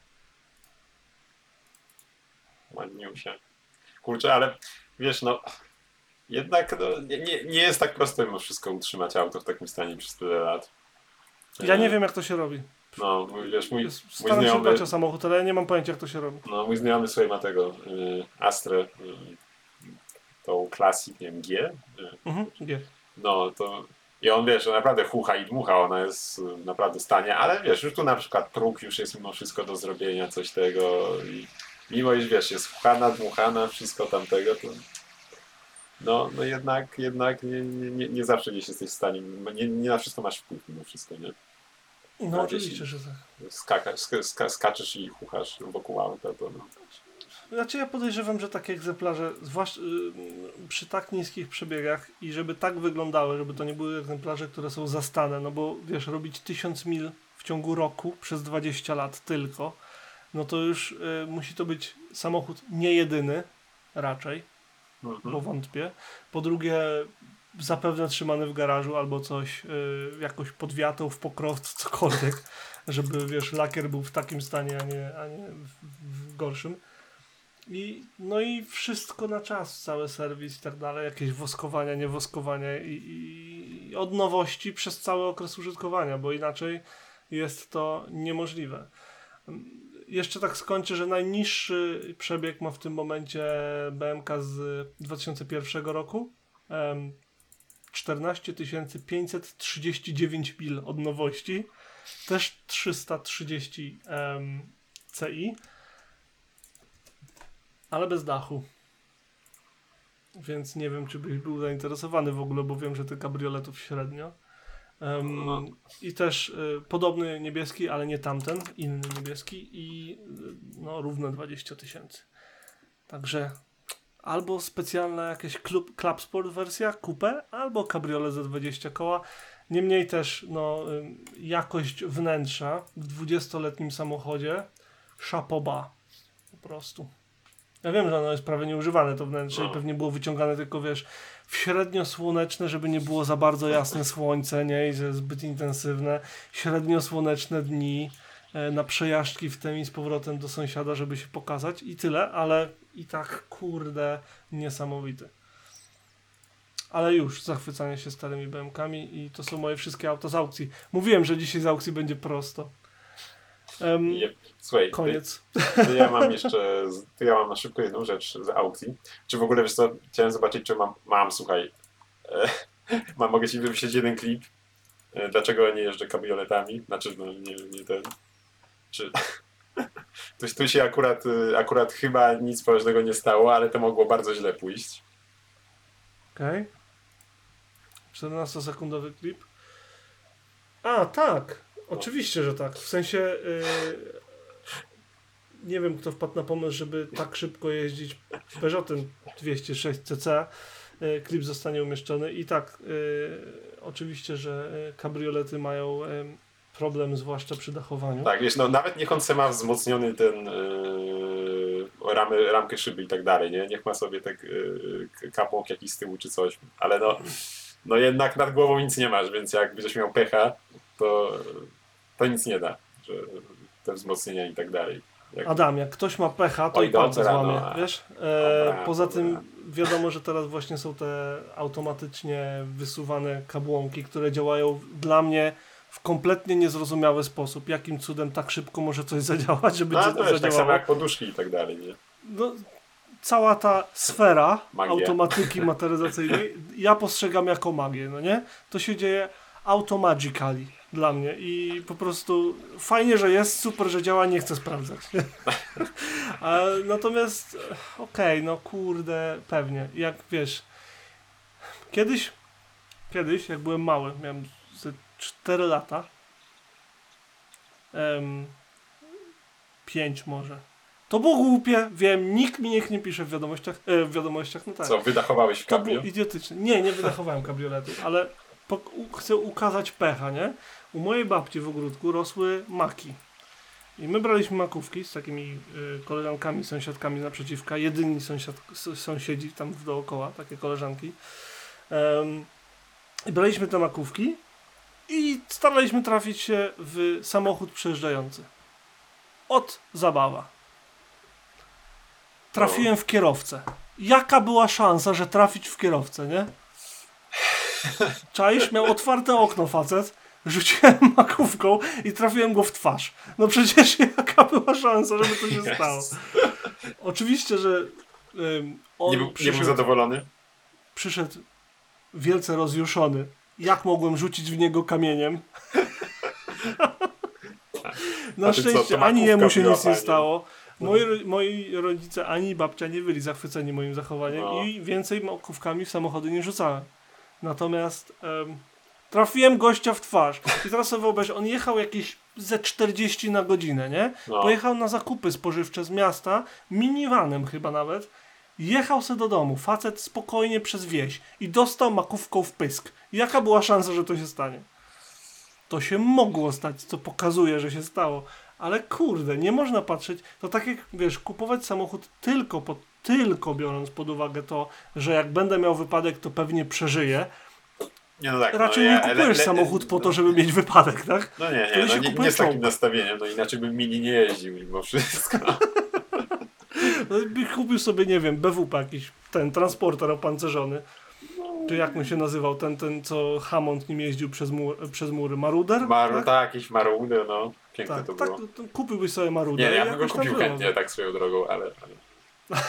Ładnił się. Kurczę, ale wiesz, no jednak no, nie, nie, nie jest tak prosto mimo wszystko utrzymać auto w takim stanie przez tyle lat. Ja nie wiem, jak to się robi. No, mój- wiesz, mój, mój Staram się znajomy, dbać o samochód, ale ja nie mam pojęcia, jak to się robi. no, mój znajomy sobie ma tego y, Astrę, y, tą Classic, nie wiem, G. Y, Mhm, G. no, to i on, wiesz, że naprawdę chucha i dmucha, ona jest y, naprawdę w stanie, ale wiesz, już tu na przykład próg już jest mimo wszystko do zrobienia, coś tego i mimo iż, wiesz, jest chuchana, dmuchana, wszystko tamtego, to no, no jednak, jednak nie, nie, nie, nie zawsze gdzieś jesteś w stanie, nie, nie na wszystko masz wpływ mimo wszystko, nie? No A oczywiście, jeśli że tak. skaka, sk, ska, skaczesz i chuchasz wokół auta, to no. Znaczy ja podejrzewam, że takie egzemplarze, zwłaszcza y, przy tak niskich przebiegach i żeby tak wyglądały, żeby to nie były egzemplarze, które są zastane, no bo wiesz, robić tysiąc mil w ciągu roku przez dwadzieścia lat tylko, no to już y, musi to być samochód nie jedyny, raczej, Mhm. bo wątpię. Po drugie, zapewne trzymany w garażu albo coś, y, jakoś pod wiatą, w pokrowcu, cokolwiek, żeby wiesz, lakier był w takim stanie, a nie, a nie w, w gorszym. I, no i wszystko na czas, cały serwis i tak dalej, jakieś woskowania, niewoskowania i, i, i od nowości przez cały okres użytkowania, bo inaczej jest to niemożliwe. Jeszcze tak skończę, że najniższy przebieg ma w tym momencie B M K z dwa tysiące pierwszego roku. Um, czternaście tysięcy pięćset trzydzieści dziewięć mil od nowości. Też trzysta trzydzieści um, C I. Ale bez dachu. Więc nie wiem, czy byś był zainteresowany w ogóle, bo wiem, że ty kabrioletów średnio. Um, No. I też y, podobny niebieski, ale nie tamten, inny niebieski i y, no równe dwadzieścia tysięcy. Także albo specjalna jakaś klub, Club Sport wersja, coupé, albo kabriolet za dwadzieścia koła. Niemniej też no, y, jakość wnętrza w dwudziestoletnim samochodzie chapeau bas. Po prostu. Ja wiem, że ono jest prawie nieużywane to wnętrze No. i pewnie było wyciągane tylko, wiesz, w średnio słoneczne, żeby nie było za bardzo jasne słońce, nie? I że jest zbyt intensywne. Średnio słoneczne dni e, na przejażdżki w tym i z powrotem do sąsiada, żeby się pokazać i tyle, ale i tak, kurde, niesamowity. Ale już zachwycanie się starymi B M kami i to są moje wszystkie auta z aukcji. Mówiłem, że dzisiaj z aukcji będzie prosto. Um, Jep. Słuchaj, koniec. To, to ja mam jeszcze, z- to ja mam na szybko jedną rzecz z aukcji. Czy w ogóle, wiesz co, chciałem zobaczyć, czy mam, mam słuchaj, e, mam, mogę ci wymyślić jeden klip, e, dlaczego nie jeżdżę kabrioletami, znaczy, no, nie, nie ten, czy, tu, tu się akurat, e, akurat chyba nic poważnego nie stało, ale to mogło bardzo źle pójść. Okej. Okay. czternastosekundowy klip. A, tak. Oczywiście, że tak. W sensie yy, nie wiem, kto wpadł na pomysł, żeby tak szybko jeździć Peugeotem dwieście sześć C C. Yy, klip zostanie umieszczony i tak, yy, oczywiście, że yy, kabriolety mają yy, problem, zwłaszcza przy dachowaniu. Tak, wiesz, no nawet niech on se ma wzmocniony ten yy, ramy, ramkę szyby i tak dalej, nie? Niech ma sobie tak yy, kapłok jakiś z tyłu czy coś, ale no, no jednak nad głową nic nie masz, więc jak będziesz miał pecha, to, to nic nie da, że te wzmocnienia i tak dalej. Jak... Adam, jak ktoś ma pecha, to Oj, i palce dobra, złamie, no. wiesz? E, Dobra, poza dobra. tym wiadomo, że teraz właśnie są te automatycznie wysuwane kabłonki, które działają dla mnie w kompletnie niezrozumiały sposób. Jakim cudem tak szybko może coś zadziałać, żeby No dza- to wiesz, tak zadziałało? samo jak poduszki i tak dalej, nie? No, cała ta sfera Magia. automatyki motoryzacyjnej ja postrzegam jako magię, no nie? To się dzieje automagically dla mnie i po prostu fajnie, że jest, super, że działa, nie chcę sprawdzać. A, natomiast okej, okay, no kurde, pewnie, jak wiesz, kiedyś, kiedyś, jak byłem mały, miałem ze cztery lata, Em, pięć może. To było głupie, wiem, nikt mi niech nie pisze w wiadomościach, e, w wiadomościach, no tak. Co, wydachowałeś w To było kabrio? idiotyczne. Nie, nie wydachowałem kabrioletu, ale po, u, chcę ukazać pecha, nie? U mojej babci w ogródku rosły maki. I my braliśmy makówki z takimi y, koleżankami, sąsiadkami naprzeciwka, jedyni sąsiad, s- sąsiedzi tam dookoła, takie koleżanki. Em, I braliśmy te makówki i staraliśmy trafić się w samochód przejeżdżający. Od zabawa. Trafiłem w kierowcę. Jaka była szansa, że trafić w kierowcę, nie? Czaisz? Miał otwarte okno facet, rzuciłem makówką i trafiłem go w twarz. No przecież jaka była szansa, żeby to się stało? Yes. Oczywiście, że ym, on Nie był, nie był przyszedł, zadowolony? przyszedł wielce rozjuszony. Jak mogłem rzucić w niego kamieniem? Na A ty co, szczęście to ani makówka jemu się była, nic nie panie? stało. Moi, ro- moi rodzice ani babcia nie byli zachwyceni moim zachowaniem No. i więcej makówkami w samochody nie rzucałem. Natomiast em, trafiłem gościa w twarz. I teraz sobie wyobraź, on jechał jakieś ze czterdzieści na godzinę, nie? No. Pojechał na zakupy spożywcze z miasta, minivanem chyba nawet. Jechał se do domu, facet spokojnie przez wieś i dostał makówką w pysk. Jaka była szansa, że to się stanie? To się mogło stać, co pokazuje, że się stało. Ale kurde, nie można patrzeć, to tak jak, wiesz, kupować samochód tylko, po, tylko biorąc pod uwagę to, że jak będę miał wypadek, to pewnie przeżyję. Nie, no tak, Raczej no, nie ja- kupujesz le- le- samochód po to, no. żeby mieć wypadek, tak? No nie, Wtedy nie, się no, nie, kupuje nie z takim czołg. nastawieniem, no inaczej bym mini nie jeździł mimo wszystko. No, byś kupił sobie, nie wiem, B W P jakiś, ten transporter opancerzony. Czy jak on się nazywał, ten, ten co Hammond nim jeździł przez, mur, przez mury, Maruder? Maru, tak? tak, jakieś marudy, no. Piękne Tak, to tak, było. to, to kupiłbyś sobie Maruder. Nie, i ja bym go jakoś tam kupił było. chętnie tak swoją drogą, ale... ale...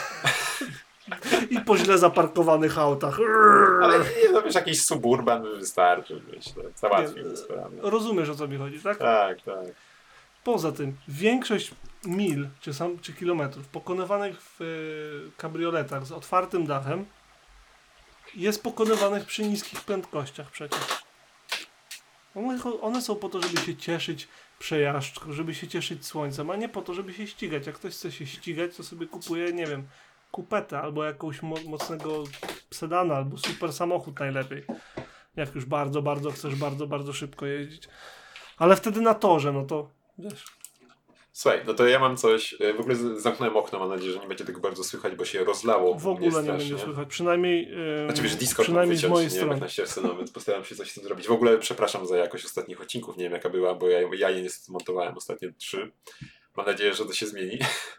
I po źle zaparkowanych autach. Ale nie, no wiesz, jakiś suburban wystarczy, myślę. Załatwił Nie, tę sprawę. Rozumiesz, o co mi chodzi, tak? Tak, tak. Poza tym, większość mil czy, sam, czy kilometrów pokonywanych w y, kabrioletach z otwartym dachem jest pokonywanych przy niskich prędkościach przecież. One, cho- one są po to, żeby się cieszyć przejażdżką, żeby się cieszyć słońcem, a nie po to, żeby się ścigać. Jak ktoś chce się ścigać, to sobie kupuje, nie wiem, kupetę albo jakąś mo- mocnego sedana, albo super samochód najlepiej. Jak już bardzo, bardzo chcesz bardzo, bardzo szybko jeździć. Ale wtedy na torze, no to wiesz. Słuchaj, no to ja mam coś. e, W ogóle z- zamknąłem okno, mam nadzieję, że nie będzie tego bardzo słychać, bo się rozlało. W u mnie ogóle nie strasznie. będzie słychać. Przynajmniej, yy, Znaczy wiesz, Discord przynajmniej z wyciąć, mojej nie wiem jak strony. na ścieżce, no więc postaram się coś z tym zrobić. W ogóle przepraszam za jakość ostatnich odcinków, nie wiem jaka była, bo ja, ja je niestety montowałem ostatnie trzy. Mam nadzieję, że to się zmieni.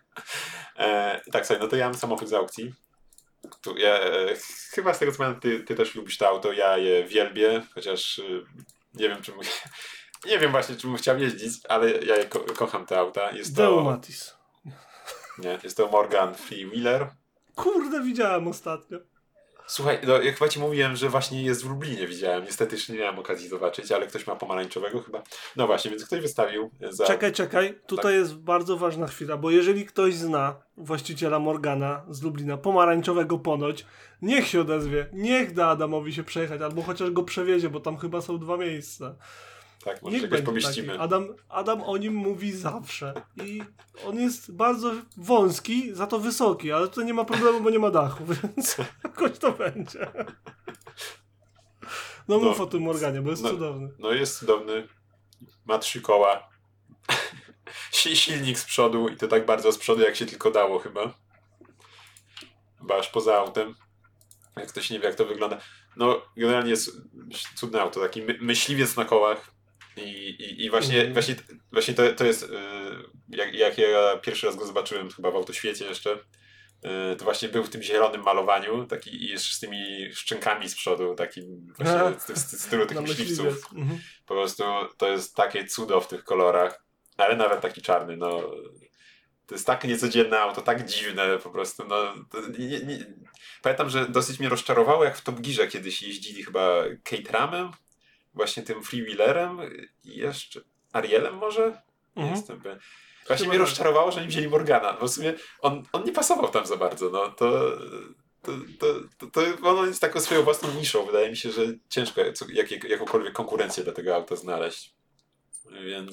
e, tak, słuchaj, no to ja mam samochód z aukcji. Tu ja, e, chyba z tego co pamiętam, ty, ty też lubisz to auto, ja je wielbię, chociaż y, nie wiem czym... Nie wiem właśnie, czym bym chciał jeździć, ale ja je ko kocham te auta. Jest to, Deumatis. nie, jest to Morgan Freewheeler. Kurde, widziałem ostatnio. Słuchaj, no, jak chyba ci mówiłem, że właśnie jest w Lublinie, widziałem. Niestety jeszcze nie miałem okazji zobaczyć, ale ktoś ma pomarańczowego chyba. No właśnie, więc ktoś wystawił za... Czekaj, czekaj. Tutaj Tak. jest bardzo ważna chwila, bo jeżeli ktoś zna właściciela Morgana z Lublina, pomarańczowego ponoć, niech się odezwie. Niech da Adamowi się przejechać, albo chociaż go przewiezie, bo tam chyba są dwa miejsca. Tak, może Niech czegoś będzie pomieścimy. taki. Adam, Adam o nim mówi zawsze. I on jest bardzo wąski, za to wysoki, ale tutaj nie ma problemu, bo nie ma dachu, więc jakoś to będzie. No mów No, o tym Morganie, bo jest no, cudowny. No jest cudowny, ma trzy koła, Si- silnik z przodu i to tak bardzo z przodu jak się tylko dało chyba. Chyba aż poza autem. Jak ktoś nie wie jak to wygląda. No generalnie jest cudne auto, taki my myśliwiec na kołach. I, i, i właśnie, Mhm. właśnie, właśnie to, to jest, yy, jak, jak ja pierwszy raz go zobaczyłem chyba w autoświecie jeszcze, yy, to właśnie był w tym zielonym malowaniu, taki i jeszcze z tymi szczękami z przodu, takim właśnie Aha. w, w, w stylu tych Na myśliwców. myśliwiec. Mhm. Po prostu to jest takie cudo w tych kolorach, ale nawet taki czarny, no. To jest tak niecodzienne auto, tak dziwne po prostu, no. To nie, nie. Pamiętam, że dosyć mnie rozczarowało, jak w Top Gearze kiedyś jeździli chyba Caterhamem, właśnie tym freewheelerem i jeszcze Arielem może? Nie Mhm. jestem pewien. Właśnie Chyba mnie tak. rozczarowało, że nie wzięli Morgana, bo w sumie on, on nie pasował tam za bardzo, no. To, to, to, to, to ono jest taką swoją własną niszą. Wydaje mi się, że ciężko co- jak, jakąkolwiek konkurencję dla tego auta znaleźć. Więc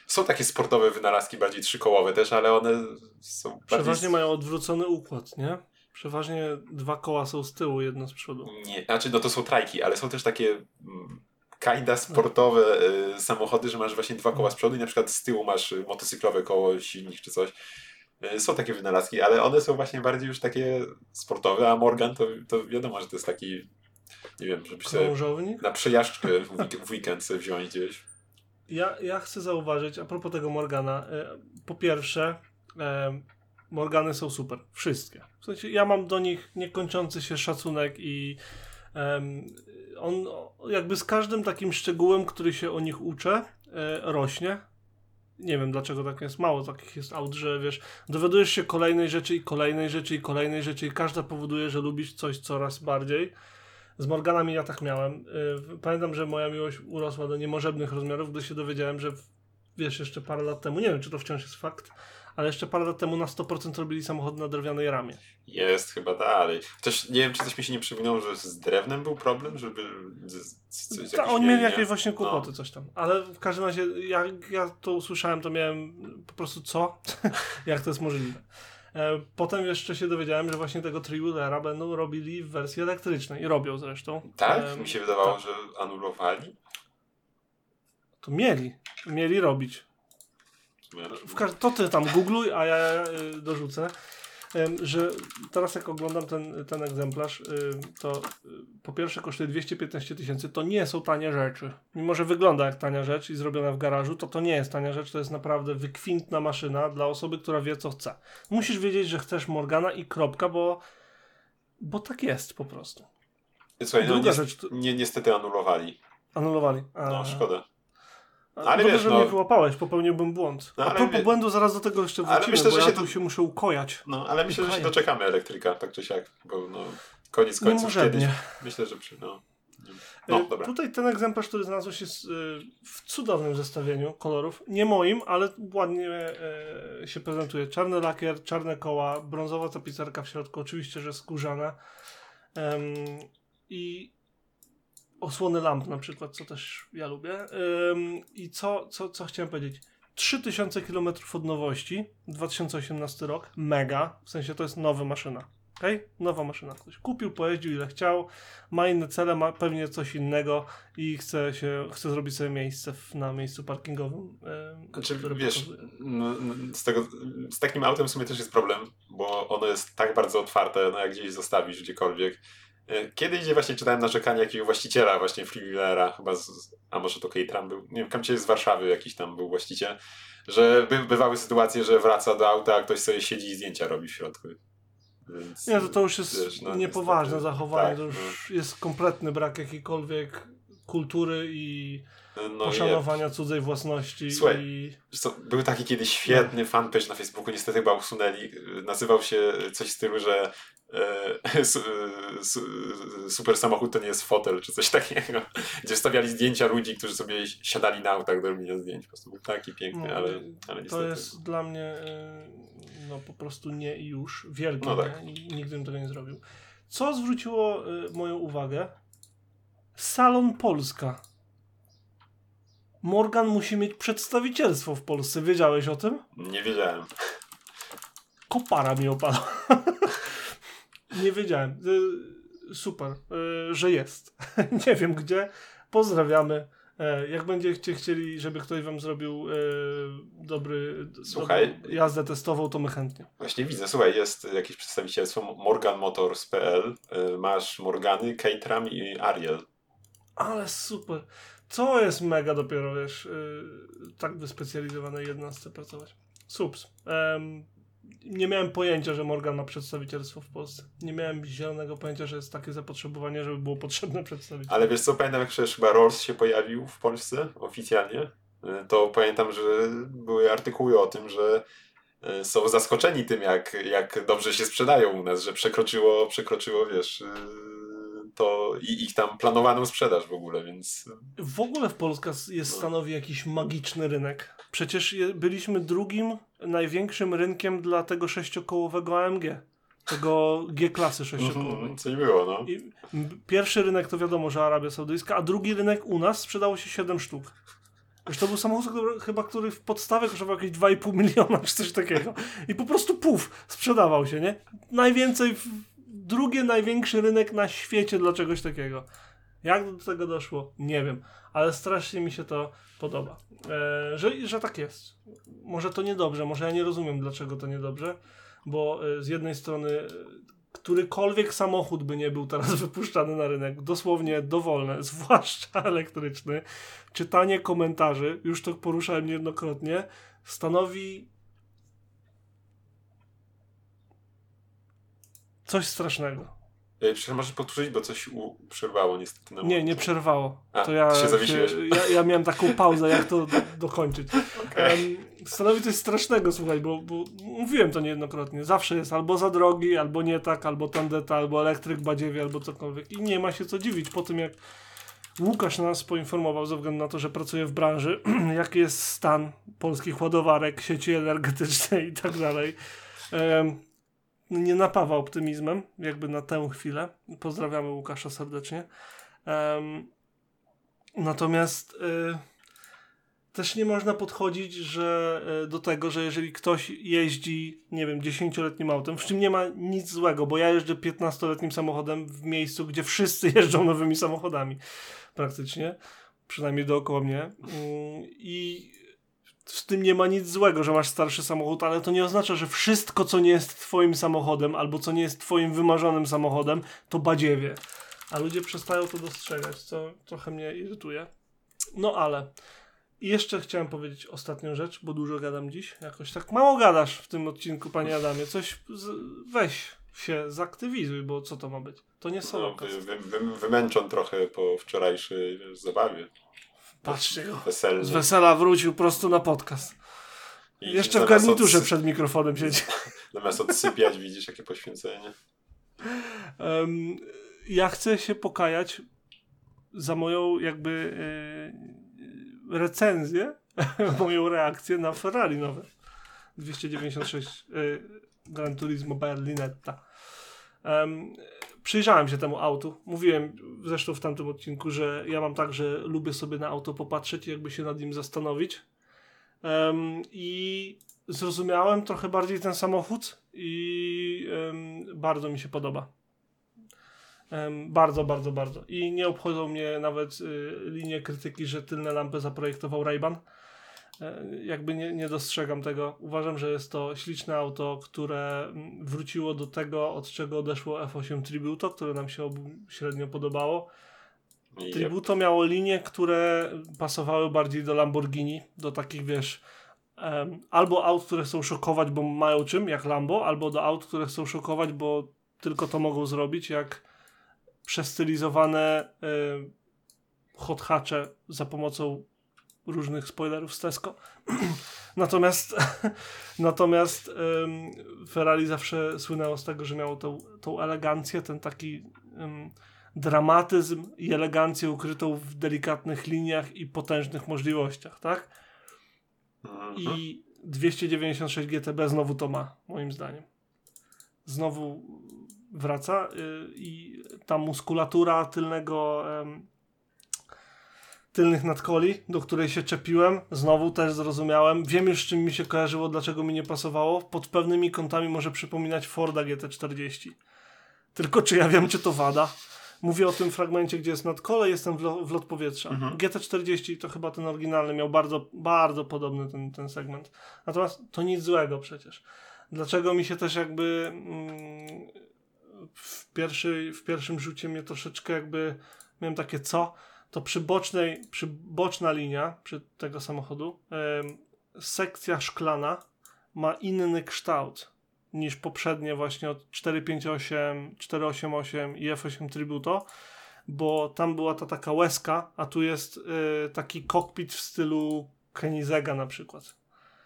Są takie sportowe wynalazki, bardziej trzykołowe też, ale one są bardziej... Przeważnie mają odwrócony układ, nie? Przeważnie dwa koła są z tyłu, jedno z przodu. Nie, znaczy no to są trajki, ale są też takie mm, kinda sportowe y, samochody, że masz właśnie dwa koła z przodu i na przykład z tyłu masz y, motocyklowe koło, silnik czy coś. Y, są takie wynalazki, ale one są właśnie bardziej już takie sportowe, a Morgan to, to wiadomo, że to jest taki, nie wiem, żebyś sobie Krążownik? na przejażdżkę w, week- w weekend sobie wziąć gdzieś. Ja, ja chcę zauważyć, a propos tego Morgana, e, po pierwsze, e, Morgany są super. Wszystkie. W sensie, ja mam do nich niekończący się szacunek i em, on jakby z każdym takim szczegółem, który się o nich uczę, e, rośnie. Nie wiem dlaczego tak jest. Mało takich jest aut, że wiesz, dowiadujesz się kolejnej rzeczy i kolejnej rzeczy i kolejnej rzeczy i każda powoduje, że lubisz coś coraz bardziej. Z Morganami ja tak miałem. Yy, Pamiętam, że moja miłość urosła do niemożebnych rozmiarów, gdy się dowiedziałem, że w- wiesz, jeszcze parę lat temu, nie wiem czy to wciąż jest fakt, ale jeszcze parę lat temu na sto procent robili samochody na drewnianej ramie. Jest chyba dalej. Chociaż nie wiem, czy coś mi się nie przypomniało, że z drewnem był problem, żeby... Z, z, coś, Ta, jakiś oni mieli nie? jakieś właśnie kłopoty, No. coś tam. Ale w każdym razie, jak ja to usłyszałem, to miałem po prostu co? Jak to jest możliwe? E, Potem jeszcze się dowiedziałem, że właśnie tego three-wheelera będą robili w wersji elektrycznej. I robią zresztą. Tak? Em, Mi się wydawało, tak. że anulowali. To mieli. Mieli robić. W każ- to ty tam googluj, a ja y, dorzucę, Ym, że teraz jak oglądam ten, ten egzemplarz, y, to y, po pierwsze kosztuje dwieście piętnaście tysięcy, to nie są tanie rzeczy. Mimo, że wygląda jak tania rzecz i zrobiona w garażu, to to nie jest tania rzecz, to jest naprawdę wykwintna maszyna dla osoby, która wie co chce. Musisz wiedzieć, że chcesz Morgana i kropka, bo, bo tak jest po prostu. Słuchaj, no Druga ni- rzecz, to- nie, niestety anulowali. Anulowali. A, No, szkoda. ale ale dobrze, wiesz, że no- mnie wyłapałeś, popełniłbym błąd. No, A ale propos wie- błędu, zaraz do tego jeszcze Ale wrócimy, myślę, bo że ja się tu to- się muszę ukojać. No, ale myślę, że się Fajnie. doczekamy elektryka, tak czy siak, bo no, koniec końców Niemożebnie. kiedyś. Myślę, że przy... No, no Y, dobra. Tutaj ten egzemplarz, który znalazłeś jest y, w cudownym zestawieniu kolorów. Nie moim, ale ładnie y, się prezentuje. Czarny lakier, czarne koła, brązowa tapicerka w środku, oczywiście, że skórzana. Ym, I osłony lamp na przykład, co też ja lubię. Ym, I co, co, co chciałem powiedzieć? trzy tysiące kilometrów od nowości, dwa tysiące osiemnasty rok, mega, w sensie to jest nowa maszyna. Okej? Nowa maszyna. Ktoś kupił, pojeździł ile chciał, ma inne cele, ma pewnie coś innego i chce się, chce zrobić sobie miejsce w, na miejscu parkingowym. Yy, Znaczy, które wiesz, pokazuje. no, no, z, tego, z takim autem w sumie też jest problem, bo ono jest tak bardzo otwarte, no jak gdzieś zostawisz gdziekolwiek. E, Kiedyś właśnie czytałem narzekania jakiegoś właściciela właśnie Freewheelera, chyba z, z- a może to Caterham był, nie wiem, kam z Warszawy jakiś tam był właściciel, że by, bywały sytuacje, że wraca do auta, a ktoś sobie siedzi i zdjęcia robi w środku. Więc, Nie, to, to już jest wiesz, no, niepoważne niestety, zachowanie, tak, to już jest kompletny brak jakiejkolwiek kultury i no, no, poszanowania cudzej własności. Słuchaj, I... Wiesz co, był taki kiedyś świetny fanpage na Facebooku, niestety chyba usunęli. Nazywał się coś w stylu, że e, su, e, su, super samochód to nie jest fotel, czy coś takiego. Gdzie wstawiali zdjęcia ludzi, którzy sobie siadali na autach do robienia zdjęć. Po prostu był taki piękny, No, ale, ale niestety. To jest dla mnie y, no po prostu nie i już. Wielkie No tak. nie. I nigdy bym tego nie zrobił. Co zwróciło y, moją uwagę? Salon Polska. Morgan musi mieć przedstawicielstwo w Polsce. Wiedziałeś o tym? Nie wiedziałem. Kopara mi opadła. Nie wiedziałem. Y, super, y, że jest. Nie wiem gdzie. Pozdrawiamy. E, Jak będziecie chcieli, żeby ktoś wam zrobił e, dobry, Słuchaj. dobrą jazdę testową, to my chętnie. Właśnie widzę, słuchaj, jest jakieś przedstawicielstwo morgan motors kropka p l. Y, Masz Morgany, Caterham i Ariel. Ale super. Co jest mega dopiero, wiesz, y, tak wyspecjalizowanej jednostce pracować. Sups. Em, nie miałem pojęcia, że Morgan ma przedstawicielstwo w Polsce. Nie miałem zielonego pojęcia, że jest takie zapotrzebowanie, żeby było potrzebne przedstawicielstwo. Ale wiesz co, pamiętam jak przecież chyba Rolls się pojawił w Polsce oficjalnie, y, to pamiętam, że były artykuły o tym, że y, są zaskoczeni tym, jak, jak dobrze się sprzedają u nas, że przekroczyło, przekroczyło wiesz, y, to i ich tam planowaną sprzedaż w ogóle, więc... W ogóle w Polsce jest stanowi jakiś magiczny rynek. Przecież je, byliśmy drugim największym rynkiem dla tego sześciokołowego A M G. Tego G-klasy sześciokołowej. Mhm, coś było, no. I m- pierwszy rynek to wiadomo, że Arabia Saudyjska, a drugi rynek u nas sprzedało się siedem sztuk. Już to był samochód, który, chyba, który w podstawie kosztował jakieś dwa i pół miliona, czy coś takiego. I po prostu puf, sprzedawał się, nie? Najwięcej, w, drugi największy rynek na świecie dla czegoś takiego. Jak do tego doszło? Nie wiem. Ale strasznie mi się to podoba. E, że, że tak jest. Może to niedobrze, może ja nie rozumiem, dlaczego to niedobrze, bo e, z jednej strony e, którykolwiek samochód by nie był teraz wypuszczany na rynek, dosłownie dowolny, zwłaszcza elektryczny, czytanie komentarzy, już to poruszałem niejednokrotnie, stanowi coś strasznego. Czy możesz powtórzyć, bo coś u... przerwało niestety. Na Nie, moment. nie przerwało. A, to ja, się zawiesiłeś. się, ja, ja miałem taką pauzę, jak to dokończyć. Okay. Um, stanowi coś strasznego, słuchaj, bo, bo mówiłem to niejednokrotnie. Zawsze jest albo za drogi, albo nie tak, albo tandeta, albo elektryk badziewie, albo cokolwiek. I nie ma się co dziwić po tym, jak Łukasz nas poinformował, ze względu na to, że pracuje w branży, jaki jest stan polskich ładowarek, sieci energetycznej i tak dalej. Um, nie napawa optymizmem, jakby na tę chwilę. Pozdrawiamy Łukasza serdecznie. Um, natomiast y, też nie można podchodzić że, y, do tego, że jeżeli ktoś jeździ, nie wiem, dziesięcioletnim autem, w czym nie ma nic złego, bo ja jeżdżę piętnastoletnim samochodem w miejscu, gdzie wszyscy jeżdżą nowymi samochodami praktycznie, przynajmniej dookoła mnie. Y, I w tym nie ma nic złego, że masz starszy samochód, ale to nie oznacza, że wszystko, co nie jest twoim samochodem, albo co nie jest twoim wymarzonym samochodem, to badziewie. A ludzie przestają to dostrzegać, co trochę mnie irytuje. No ale... I jeszcze chciałem powiedzieć ostatnią rzecz, bo dużo gadam dziś. Jakoś tak mało gadasz w tym odcinku, panie Adamie. Coś z... weź się, zaktywizuj, bo co to ma być? To nie są... No, wy, wy, wy, wymęczon trochę po wczorajszej zabawie. Patrzcie go. Weselny. Z wesela wrócił prosto na podcast. I Jeszcze w zamiast garniturze odsy- przed mikrofonem siedzi. Zamiast odsypiać, widzisz, jakie poświęcenie. Um, ja chcę się pokajać za moją jakby e, recenzję, moją reakcję na Ferrari nowe. dwieście dziewięćdziesiąt sześć e, Gran Turismo Berlinetta. Um, przyjrzałem się temu autu. Mówiłem zresztą w tamtym odcinku, że ja mam tak, że lubię sobie na auto popatrzeć i jakby się nad nim zastanowić. Um, I zrozumiałem trochę bardziej ten samochód i um, bardzo mi się podoba. Um, bardzo, bardzo, bardzo. I nie obchodzą mnie nawet y, linie krytyki, że tylne lampy zaprojektował Ray-Ban. Y, jakby nie, nie dostrzegam tego. Uważam, że jest to śliczne auto, które mm, wróciło do tego, od czego odeszło F osiem Tributo, które nam się obu średnio podobało. I Tributo miało linie, które pasowały bardziej do Lamborghini, do takich, wiesz, um, albo aut, które chcą szokować, bo mają czym, jak Lambo, albo do aut, które chcą szokować, bo tylko to mogą zrobić, jak przestylizowane y, hot hatche za pomocą różnych spoilerów z Tesco. natomiast natomiast ym, Ferrari zawsze słynęło z tego, że miało tą, tą elegancję, ten taki ym, dramatyzm i elegancję ukrytą w delikatnych liniach i potężnych możliwościach, tak? Mhm. I dwieście dziewięćdziesiąt sześć G T B znowu to ma, moim zdaniem. Znowu wraca yy, i ta muskulatura tylnego ym, tylnych nadkoli, do której się czepiłem, znowu też zrozumiałem. Wiem już, z czym mi się kojarzyło, dlaczego mi nie pasowało. Pod pewnymi kątami może przypominać Forda G T czterdzieści. Tylko czy ja wiem, czy to wada? Mówię o tym fragmencie, gdzie jest nadkole, jestem w, lo- w lot powietrza. Mhm. G T czterdzieści to chyba ten oryginalny, miał bardzo, bardzo podobny ten, ten segment. Natomiast to nic złego przecież. Dlaczego mi się też jakby mm, w, pierwszy, w pierwszym rzucie mnie troszeczkę jakby miałem takie co? To przy bocznej, przy boczna linia przy tego samochodu em, sekcja szklana ma inny kształt niż poprzednie właśnie od cztery pięć osiem, cztery osiem osiem i F osiem Tributo, bo tam była ta taka łezka, a tu jest y, taki kokpit w stylu Koenigsegga na przykład.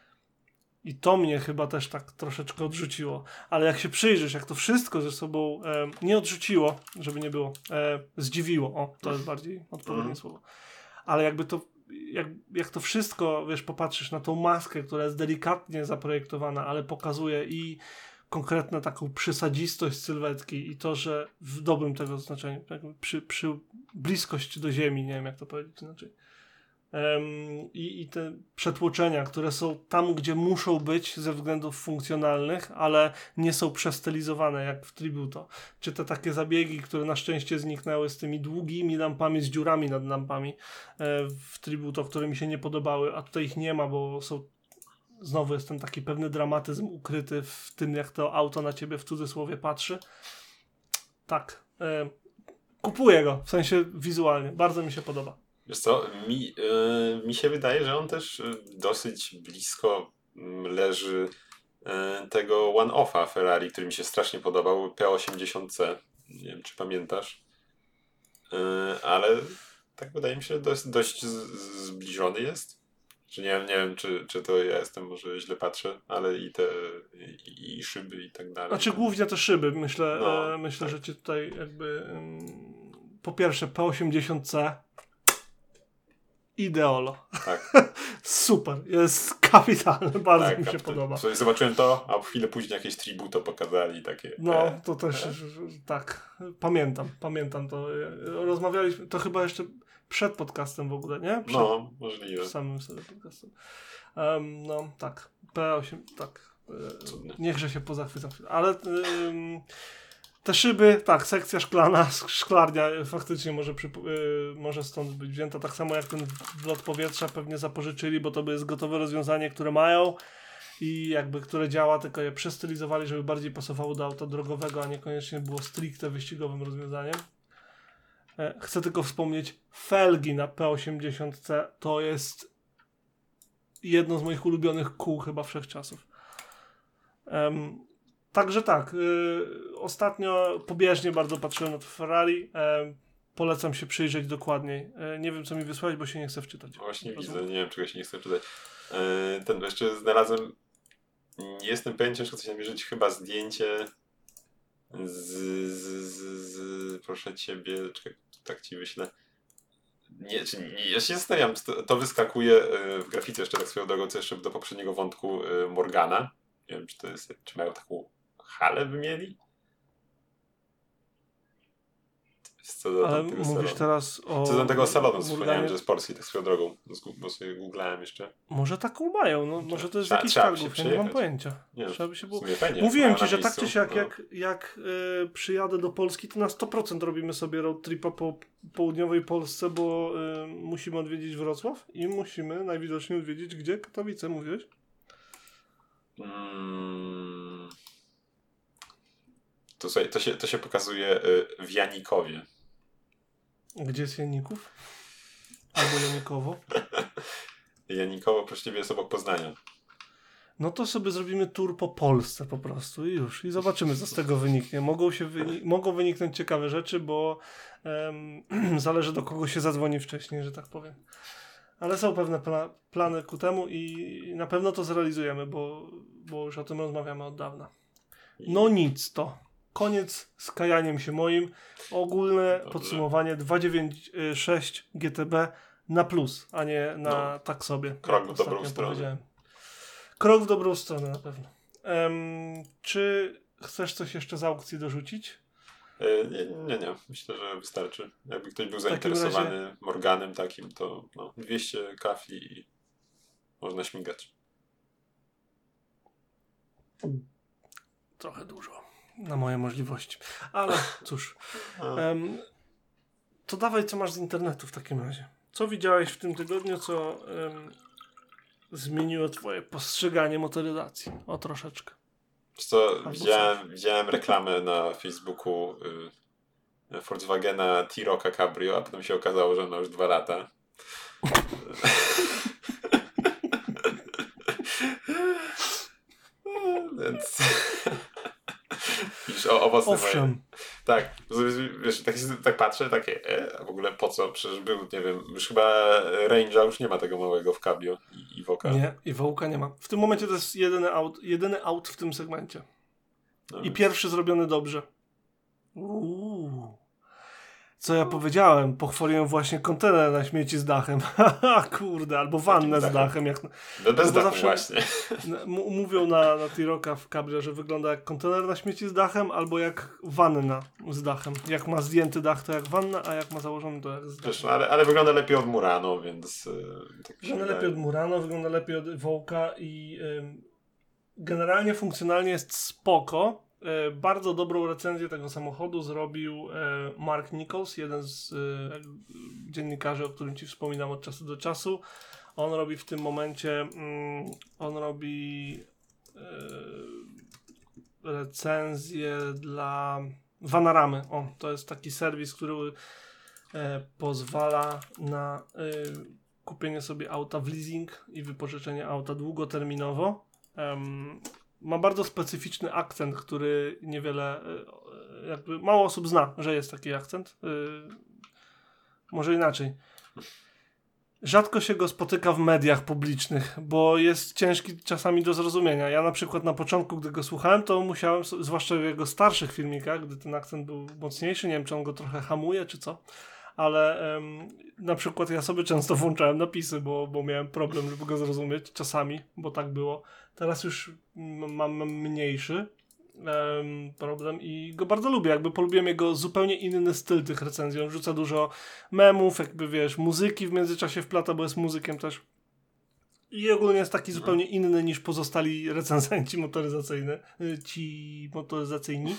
I to mnie chyba też tak troszeczkę odrzuciło. Ale jak się przyjrzysz, jak to wszystko ze sobą e, nie odrzuciło, żeby nie było, e, zdziwiło. O, to jest bardziej odpowiednie Mhm. słowo. Ale jakby to, jak, jak to wszystko, wiesz, popatrzysz na tą maskę, która jest delikatnie zaprojektowana, ale pokazuje i konkretną taką przysadzistość sylwetki i to, że w dobrym tego znaczeniu, jakby przy, przy bliskość do ziemi, nie wiem jak to powiedzieć inaczej. Um, i, I te przetłoczenia, które są tam, gdzie muszą być ze względów funkcjonalnych, ale nie są przestylizowane jak w Tributo. Czy te takie zabiegi, które na szczęście zniknęły z tymi długimi lampami, z dziurami nad lampami e, w Tributo, które mi się nie podobały, a tutaj ich nie ma, bo są znowu jest ten taki pewny dramatyzm ukryty w tym, jak to auto na ciebie w cudzysłowie patrzy. Tak. E, kupuję go, w sensie wizualnie. Bardzo mi się podoba. Wiesz co, mi, yy, mi się wydaje, że on też yy, dosyć blisko yy, leży yy, tego one-offa Ferrari, który mi się strasznie podobał, P osiemdziesiąt C. Nie wiem, czy pamiętasz. Yy, ale tak wydaje mi się, że dość, dość z, zbliżony jest. Czy nie, nie wiem, czy, czy to ja jestem, może źle patrzę, ale i te i, i szyby i tak dalej. Znaczy głównie te szyby. Myślę, No, e, myślę tak. że cię tutaj jakby ym, po pierwsze P osiemdziesiąt C ideolo. Tak. Super. Jest kapitalny. Bardzo tak, mi się to, podoba. to, zobaczyłem to, a chwilę później jakieś tributo pokazali takie. No, e, to też e. tak. Pamiętam, pamiętam to. Rozmawialiśmy, to chyba jeszcze przed podcastem w ogóle, nie? Przed, No, możliwe. samym sobie podcastem. Um, no, tak. P osiem, tak. Cudne. Niechże się pozachwycam. Ale ym, te szyby, tak, sekcja szklana, szklarnia faktycznie może, przyp- y, może stąd być wzięta. Tak samo jak ten wlot powietrza pewnie zapożyczyli, bo to jest gotowe rozwiązanie, które mają i jakby które działa, tylko je przestylizowali, żeby bardziej pasowało do auta drogowego, a niekoniecznie było stricte wyścigowym rozwiązaniem. E, chcę tylko wspomnieć, felgi na P osiemdziesiąt C to jest jedno z moich ulubionych kół chyba wszechczasów. Um, także tak, y, ostatnio pobieżnie bardzo patrzyłem na to Ferrari. Y, polecam się przyjrzeć dokładniej. Y, nie wiem, co mi wysłać, bo się nie chcę wczytać. Właśnie Rozumiem. widzę, nie wiem, czego się nie chcę czytać. Yy, ten jeszcze znalazłem, nie jestem pewien, ciężko coś namierzyć, chyba zdjęcie z, z, z, z proszę ciebie, czekaj, tak ci wyślę. Nie, czy, nie, ja się zastanawiam, czy to, to wyskakuje yy, w grafice jeszcze tak swoją drogą, co jeszcze do poprzedniego wątku yy, Morgana. Nie wiem, czy to jest, czy mają taką halę by mieli? Co do Ale tamtego mówisz salonu. teraz o... Co do tego salonu, Morganie? wspomniałem, że jest polski, tak swoją drogą, bo sobie googlałem jeszcze. Może taką mają, no, może to jest Trzeba- jakiś trzeba by się targów, ja nie mam przejechać. pojęcia. Nie, Trzeba by się w było... sumie fajnie, Mówiłem mają ci, na że tak miejscu, czy siak, no. jak, jak y, przyjadę do Polski, to na sto procent robimy sobie road tripa po południowej Polsce, bo y, musimy odwiedzić Wrocław i musimy najwidoczniej odwiedzić gdzie? Katowice, mówiłeś? Mm. To, sobie, to, się, to się pokazuje y, w Janikowie. Gdzie jest Janików? Albo Janikowo? Janikowo, proszę ciebie, jest obok Poznania. No to sobie zrobimy tour po Polsce po prostu i już. I zobaczymy, co z tego wyniknie. Mogą, się wyni- mogą wyniknąć ciekawe rzeczy, bo um, zależy, do kogo się zadzwoni wcześniej, że tak powiem. Ale są pewne pla- plany ku temu i na pewno to zrealizujemy, bo, bo już o tym rozmawiamy od dawna. No nic to. Koniec z kajaniem się moim. Ogólne Dobrze. podsumowanie dwieście dziewięćdziesiąt sześć G T B na plus, a nie na No. tak sobie. Krok jak w dobrą ostatnio stronę. powiedziałem. Krok w dobrą stronę na pewno. Um, czy chcesz coś jeszcze z aukcji dorzucić? Y, nie, nie, nie. Myślę, że wystarczy. Jakby ktoś był takim zainteresowany razie- Morganem takim, to no, dwieście kafli i można śmigać. Trochę dużo na moje możliwości. Ale cóż. A, Um, to dawaj, co masz z internetu w takim razie. Co widziałeś w tym tygodniu, co um, zmieniło twoje postrzeganie motoryzacji? O troszeczkę. Wiesz co, Albo widziałem, widziałem reklamę na Facebooku y, Volkswagena T-Rocka Cabrio, a potem się okazało, że ona już dwa lata. Więc... Widzisz, o, owocne Owszem. moje. Tak, wiesz, tak, tak patrzę, takie, e, a w ogóle po co? Przecież był, nie wiem, już chyba Range'a już nie ma tego małego w Cabrio i, i Woka. Nie, i Wołka nie ma. W tym momencie to jest jedyny aut, jedyny aut w tym segmencie. No, I więc- pierwszy zrobiony dobrze. Uuu. Co ja powiedziałem? Pochwaliłem właśnie kontener na śmieci z dachem. Haha, kurde, albo wannę z dachem? dachem. Jak... No bez bo dachu zawsze- właśnie. M- mówią na, na T-Rocka w kabrze, że wygląda jak kontener na śmieci z dachem, albo jak wanna z dachem. Jak ma zdjęty dach, to jak wanna, a jak ma założony, to jak z dachem. Wiesz, no, ale, ale wygląda lepiej od Murano, więc... Yy, tak mi się Wygląda wydaje. lepiej od Murano, wygląda lepiej od Wołka i ym, generalnie funkcjonalnie jest spoko. E, bardzo dobrą recenzję tego samochodu zrobił e, Mark Nichols, jeden z e, dziennikarzy, o którym ci wspominam od czasu do czasu. On robi w tym momencie, mm, on robi e, recenzję dla Vanaramy. O, to jest taki serwis, który e, pozwala na e, kupienie sobie auta w leasing i wypożyczenie auta długoterminowo. Um, ma bardzo specyficzny akcent, który niewiele, e, jakby mało osób zna, że jest taki akcent. E, może inaczej. Rzadko się go spotyka w mediach publicznych, bo jest ciężki czasami do zrozumienia. Ja na przykład na początku, gdy go słuchałem, to musiałem, zwłaszcza w jego starszych filmikach, gdy ten akcent był mocniejszy, nie wiem, czy on go trochę hamuje, czy co, ale em, na przykład ja sobie często włączałem napisy, bo, bo miałem problem, żeby go zrozumieć czasami, bo tak było. Teraz już m- mam mniejszy em, problem i go bardzo lubię. Jakby polubiłem jego zupełnie inny styl tych recenzji. On wrzuca dużo memów, jakby wiesz, muzyki w międzyczasie wplata, bo jest muzykiem też. I ogólnie jest taki zupełnie inny niż pozostali recenzenci motoryzacyjni, y, ci motoryzacyjni.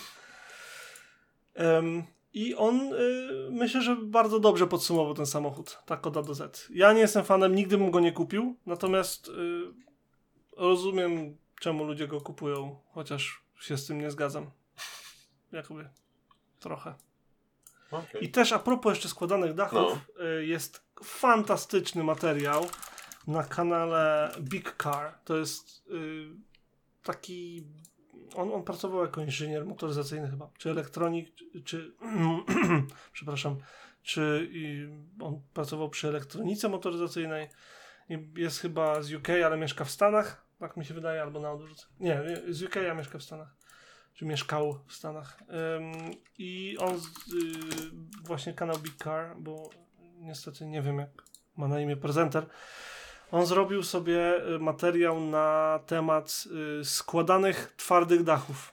Em, I on y, myślę, że bardzo dobrze podsumował ten samochód, tak od A do Z. Ja nie jestem fanem, nigdy bym go nie kupił, natomiast y, rozumiem, czemu ludzie go kupują, chociaż się z tym nie zgadzam. Jakby trochę. Okay. I też a propos jeszcze składanych dachów, No. y, jest fantastyczny materiał na kanale Big Car. To jest y, taki... On, on pracował jako inżynier motoryzacyjny chyba, czy elektronik, czy... czy przepraszam, czy y, on pracował przy elektronice motoryzacyjnej. I jest chyba z U K, ale mieszka w Stanach, tak mi się wydaje, albo na odwrót. Nie, z U K, a mieszka w Stanach. Czy mieszkał w Stanach. Ym, I on z, y, właśnie kanał Big Car, bo niestety nie wiem jak ma na imię prezenter, on zrobił sobie materiał na temat y, składanych twardych dachów.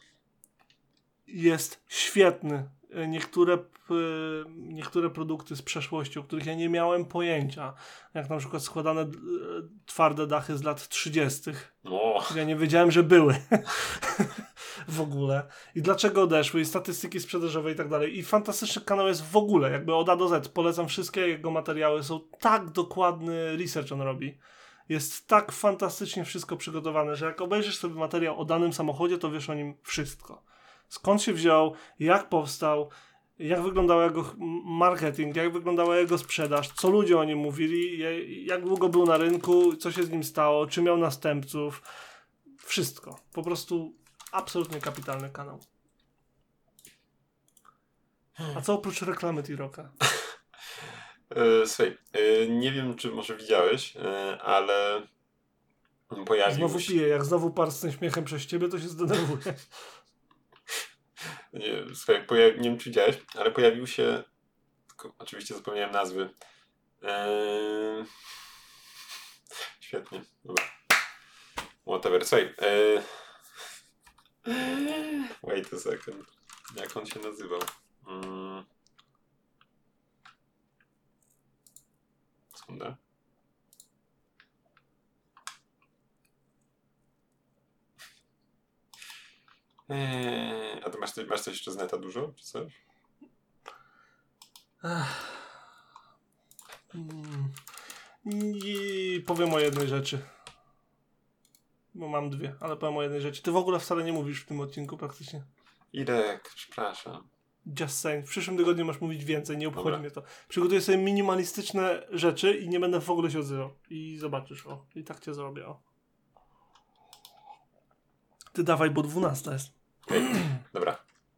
Jest świetny. Niektóre, p, niektóre produkty z przeszłości, o których ja nie miałem pojęcia, jak na przykład składane d, twarde dachy z lat trzydziestych. No. Ja nie wiedziałem, że były w ogóle. I dlaczego odeszły, i statystyki sprzedażowe i tak dalej. I fantastyczny kanał jest w ogóle, jakby od A do Z. Polecam wszystkie jego materiały, są tak dokładny research on robi. Jest tak fantastycznie wszystko przygotowane, że jak obejrzysz sobie materiał o danym samochodzie, to wiesz o nim wszystko. Skąd się wziął, jak powstał, jak wyglądał jego marketing, jak wyglądała jego sprzedaż, co ludzie o nim mówili, jak długo był na rynku, co się z nim stało, czy miał następców. Wszystko. Po prostu absolutnie kapitalny kanał. A co oprócz reklamy T-Rocka? Yy, słuchaj, yy, nie wiem, czy może widziałeś, yy, ale pojawił Znowu się... piję. Jak znowu par z tym śmiechem przez ciebie, to się zdenerwuję. Nie, słuchaj, pojawi... nie wiem, czy widziałeś, ale pojawił się... Tylko, oczywiście zapomniałem nazwy. Yy... Świetnie. Dobra. Whatever. Słuchaj. Yy... Wait a second. Jak on się nazywał? Hmm. Sekundę. Eee, a ty masz, coś- masz coś jeszcze z neta dużo, czy coś? Mm. I powiem o jednej rzeczy. Bo mam dwie, ale powiem o jednej rzeczy. Ty w ogóle wcale nie mówisz w tym odcinku praktycznie. Irek, przepraszam. Just saying. W przyszłym tygodniu masz mówić więcej, nie obchodzi Dobra. mnie to. Przygotuję sobie minimalistyczne rzeczy i nie będę w ogóle się odzywał. I zobaczysz, o. I tak cię zrobię, o. Ty dawaj, bo dwunasta jest. Okej, dobra.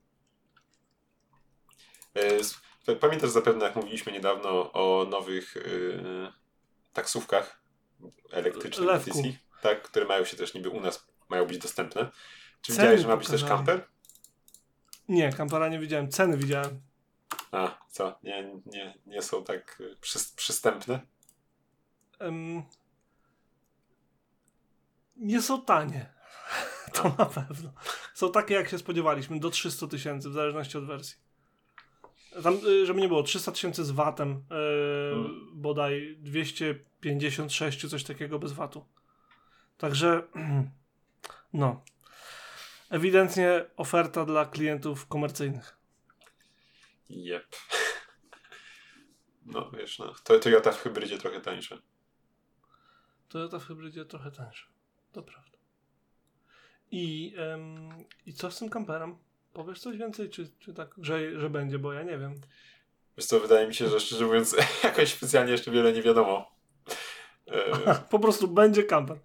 Eee, s- Pamiętasz zapewne, jak mówiliśmy niedawno o nowych yy, taksówkach elektrycznych Lewku. B T C, tak, które mają się też niby u nas, mają być dostępne. Czy Ceny widziałeś, że ma być też pokazali. camper? Nie, kampera nie widziałem. Ceny widziałem. A, co? Nie, nie, nie są tak y, przy, przystępne? Em, nie są tanie. To A. na pewno. Są takie, jak się spodziewaliśmy, do trzysta tysięcy, w zależności od wersji. Tam, y, żeby nie było, trzysta tysięcy z vatem, yy, Hmm. bodaj dwieście pięćdziesiąt sześć, coś takiego bez vatu. Także, no. Ewidentnie oferta dla klientów komercyjnych. Jep. No wiesz, no. To Toyota w hybrydzie trochę tańsze. Toyota w hybrydzie trochę tańsze. To prawda. I, ym, i co z tym kamperem? Powiesz coś więcej, czy, czy tak, że, że będzie, bo ja nie wiem. Wiesz co, wydaje mi się, że szczerze mówiąc jakoś specjalnie jeszcze wiele nie wiadomo. E, Po prostu będzie kamper.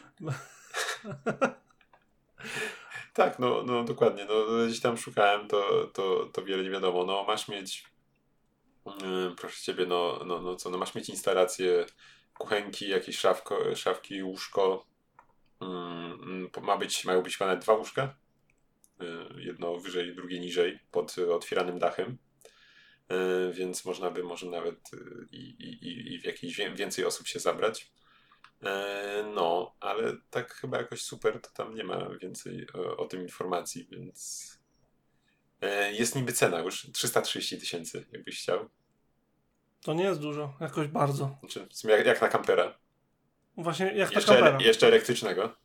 tak, no, no dokładnie. No, gdzieś tam szukałem, to, to, to wiele nie wiadomo. No masz mieć, yy, proszę ciebie, no, no, no co, no masz mieć instalację kuchenki, jakieś szafko, szafki, łóżko. Yy, ma być, mają być ponad dwa łóżka. Yy, jedno wyżej, drugie niżej, pod otwieranym dachem. Yy, więc można by może nawet yy, i, i, i w jakiejś wie, więcej osób się zabrać. Yy, no, ale tak chyba jakoś super, to tam nie ma więcej o, o tym informacji, więc yy, jest niby cena już trzysta trzydzieści tysięcy, jakbyś chciał. To nie jest dużo, jakoś bardzo. Znaczy, w sumie jak, jak na kampera. Właśnie jak ta Jeszcze, kampera. ele, jeszcze elektrycznego.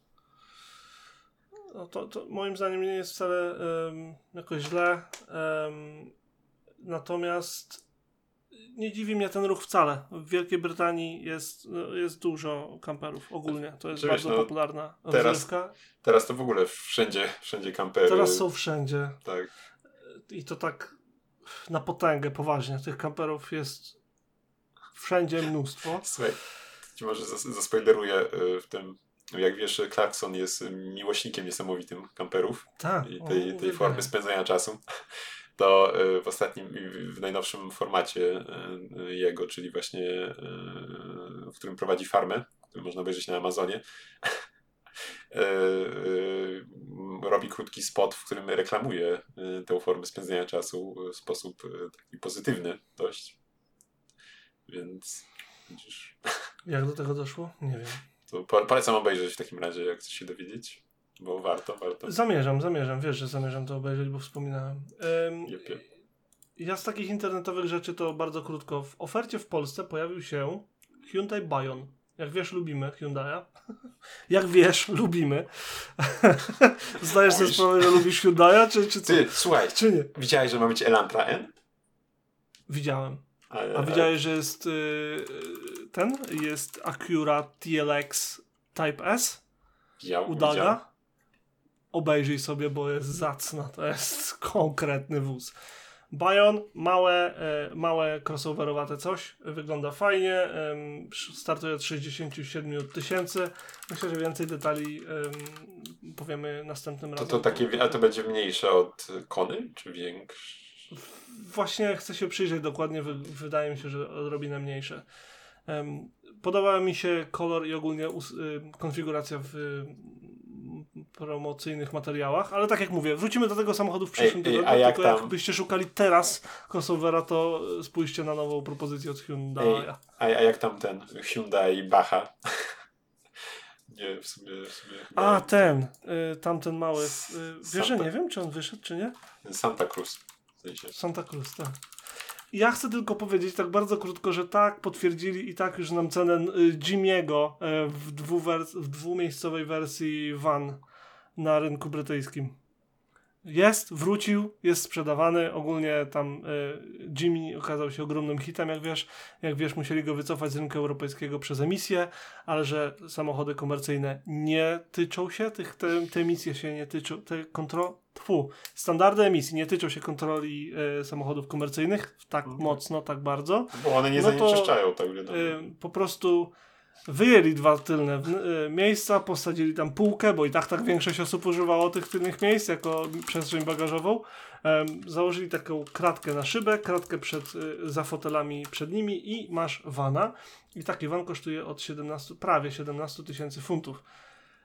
No to, to moim zdaniem nie jest wcale um, jakoś źle. Um, natomiast nie dziwi mnie ten ruch wcale. W Wielkiej Brytanii jest, no, jest dużo kamperów ogólnie. To jest Czy wiesz, bardzo no, popularna teraz- rozrywka. Teraz to w ogóle wszędzie, wszędzie kampery. Teraz są wszędzie. Tak. I to tak na potęgę, poważnie. Tych kamperów jest wszędzie mnóstwo. Słuchaj, ci może zas- zaspoileruję y, w tym. Jak wiesz, Clarkson jest miłośnikiem niesamowitym kamperów Tak. i o, tej, tej uwielbiam. formy spędzania czasu. To y, w ostatnim, w najnowszym formacie y, jego, czyli właśnie y, w którym prowadzi farmę, który można obejrzeć na Amazonie, y, y, robi krótki spot, w którym reklamuje y, tę formę spędzania czasu w sposób y, taki pozytywny dość. Więc widzisz, Jak do tego doszło? Nie wiem. to po- polecam obejrzeć w takim razie, jak chcesz się dowiedzieć, bo warto, warto. Zamierzam, zamierzam. Wiesz, że zamierzam to obejrzeć, bo wspominałem. Ym, Jep, jep. Ja z takich internetowych rzeczy to bardzo krótko. W ofercie w Polsce pojawił się Hyundai Bayon. Jak wiesz, lubimy Hyundai'a. Jak wiesz, lubimy. Zdajesz sobie Mówisz. sprawę, że lubisz Hyundai'a, czy, czy co? Ty, słuchaj, Czy nie? widziałeś, że ma być Elantra N? Widziałem. A, A widziałeś, że jest yy, ten? Jest Acura T L X Type S? Widział, widział. Udaga? Obejrzyj sobie, bo jest zacna. To jest konkretny wóz. Bayon, małe, e, małe crossoverowate coś. Wygląda fajnie. em, startuje od sześćdziesiąt siedem tysięcy. Myślę, że więcej detali em, powiemy następnym To, razem. to takie, a to będzie mniejsze od Kony, czy większe? Właśnie chcę się przyjrzeć dokładnie. Wy, wydaje mi się, że odrobinę mniejsze. Um, podobała mi się kolor i ogólnie us, y, konfiguracja w y, promocyjnych materiałach, ale tak jak mówię, wrócimy do tego samochodu w przyszłym Ej, ej, tygodniu, a jak tylko tam- jakbyście szukali teraz crossovera, to spójrzcie na nową propozycję od Hyundai'a. A, a jak tam ten Hyundai Bacha? Nie, w sumie... W sumie chyba A, ten, y, tamten mały. Y, wiesz, że Santa- nie wiem, czy on wyszedł, czy nie? Santa Cruz. W sensie. Santa Cruz, tak. Ja chcę tylko powiedzieć tak bardzo krótko, że tak, potwierdzili i tak już nam cenę y, Jimiego y, w, dwuwers- w dwumiejscowej wersji van na rynku brytyjskim. Jest, wrócił, jest sprzedawany. Ogólnie tam y, Jimmy okazał się ogromnym hitem, jak wiesz. Jak wiesz, musieli go wycofać z rynku europejskiego przez emisję, ale że samochody komercyjne nie tyczą się, tych, te, te emisje się nie tyczą, te kontro, tfu, standardy emisji nie tyczą się kontroli y, samochodów komercyjnych tak Mhm. mocno, tak bardzo. Bo one nie No to, zanieczyszczają, tak wiadomo. Y, po prostu wyjęli dwa tylne y, miejsca, posadzili tam półkę, bo i tak tak większość osób używało tych tylnych miejsc jako przestrzeń bagażową. Em, założyli taką kratkę na szybę, kratkę przed, y, za fotelami przed nimi i masz vana. I taki van kosztuje od siedemnastu, prawie siedemnastu tysięcy funtów.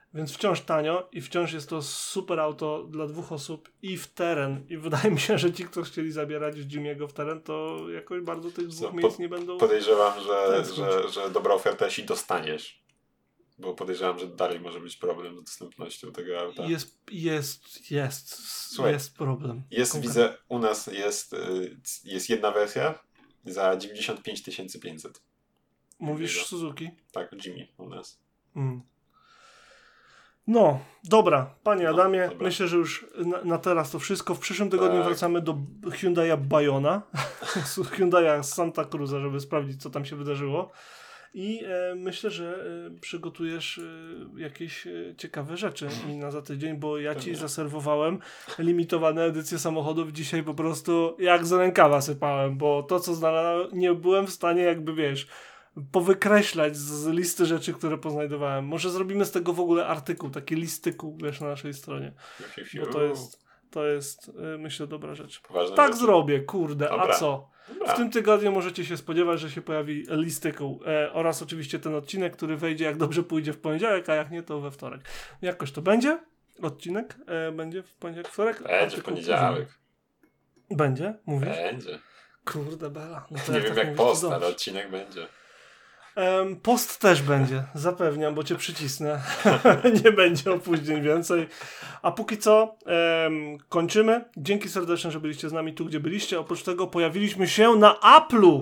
Więc wciąż tanio i wciąż jest to super auto dla dwóch osób i w teren. I wydaje mi się, że ci, którzy chcieli zabierać Jimiego w teren, to jakoś bardzo tych dwóch Co, miejsc po, nie będą... Podejrzewam, że, tęsknić. że, że dobra oferta, jeśli dostaniesz. Bo podejrzewam, że dalej może być problem z dostępnością tego auta. Jest, jest, jest, Słuchaj, jest problem. Jest, Konkretnie. widzę, u nas jest, y, jest jedna wersja za dziewięćdziesiąt pięć tysięcy pięćset. Mówisz Jimiego. Suzuki? Tak, Jimmy u nas. Mm. No, dobra, panie No, Adamie, dobra. myślę, że już na, na teraz to wszystko. W przyszłym tygodniu Tak. wracamy do Hyundai'a Bayona, Hyundai'a Santa Cruza, żeby sprawdzić, co tam się wydarzyło. I e, myślę, że e, przygotujesz e, jakieś e, ciekawe rzeczy mi na za tydzień, bo ja ci Pewnie. zaserwowałem limitowane edycje samochodów dzisiaj po prostu jak z rękawa sypałem, bo to, co znalazłem, nie byłem w stanie jakby, wiesz, powykreślać z, z listy rzeczy, które poznajdowałem. Może zrobimy z tego w ogóle artykuł, taki listykuł, wiesz, na naszej stronie. Fiu, fiu, fiu. Bo to jest, to jest e, myślę, dobra rzecz. Poważne Tak rzeczy. zrobię, kurde, a Dobra. co? Dobra. W tym tygodniu możecie się spodziewać, że się pojawi listykuł e, oraz oczywiście ten odcinek, który wejdzie, jak dobrze pójdzie, w poniedziałek, a jak nie, to we wtorek. Jakoś to będzie? Odcinek e, będzie w poniedziałek, wtorek? Będzie w Artykuł poniedziałek. później. Będzie? Mówisz? Będzie. Kurde bela. No to Nie wiem tak jak mówię, to post, dobrze. ale odcinek będzie. Em, Post też będzie, zapewniam, bo cię przycisnę. Nie będzie opóźnień więcej. A póki co em, kończymy. Dzięki serdeczne, że byliście z nami tu, gdzie byliście. Oprócz tego pojawiliśmy się na Apple'u.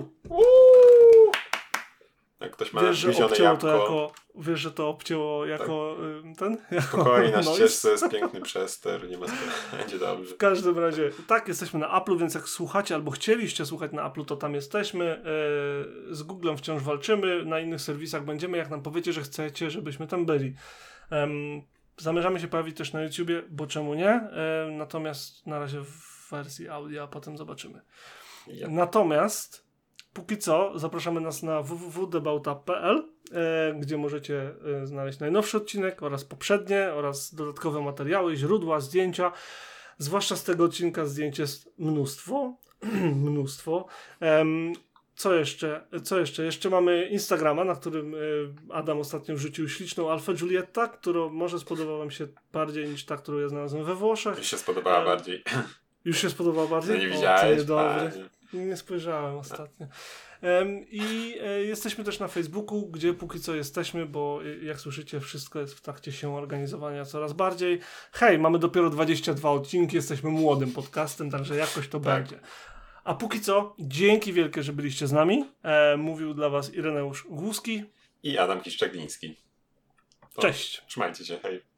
Jak ktoś ma Wiesz, że gryzione obcięło jabłko, to jako, wiesz, że to obcięło jako ym, ten? Jako spokojnie, na noise. ścieżce jest piękny przester, nie ma sprawy, będzie dobrze. W każdym razie, tak, jesteśmy na Apple'u, więc jak słuchacie albo chcieliście słuchać na Apple'u, to tam jesteśmy. Yy, z Googlem wciąż walczymy, na innych serwisach będziemy, jak nam powiecie, że chcecie, żebyśmy tam byli. Ym, zamierzamy się pojawić też na YouTubie, bo czemu nie? Yy, natomiast na razie w wersji audio, a potem zobaczymy. Ja. Natomiast póki co zapraszamy nas na w w w kropka debauta kropka p l, e, gdzie możecie e, znaleźć najnowszy odcinek oraz poprzednie oraz dodatkowe materiały, źródła, zdjęcia. Zwłaszcza z tego odcinka zdjęć jest mnóstwo. mnóstwo. Em, co jeszcze? Co jeszcze? Jeszcze mamy Instagrama, na którym e, Adam ostatnio wrzucił śliczną Alfę Giulietta, która może spodobała mi się bardziej niż ta, którą ja znalazłem we Włoszech. Mi się spodobała E, bardziej. Już się podobała bardziej? No nie O, ty widziałeś? niedobry. Panie. Nie spojrzałem ostatnio. Em, I e, jesteśmy też na Facebooku, gdzie póki co jesteśmy, bo e, jak słyszycie, wszystko jest w trakcie się organizowania coraz bardziej. Hej, mamy dopiero dwadzieścia dwa odcinki, jesteśmy młodym podcastem, także jakoś to Tak. będzie. A póki co, dzięki wielkie, że byliście z nami. E, mówił dla was Ireneusz Głuski. I Adam Kiszczagliński. To Cześć. Trzymajcie się, hej.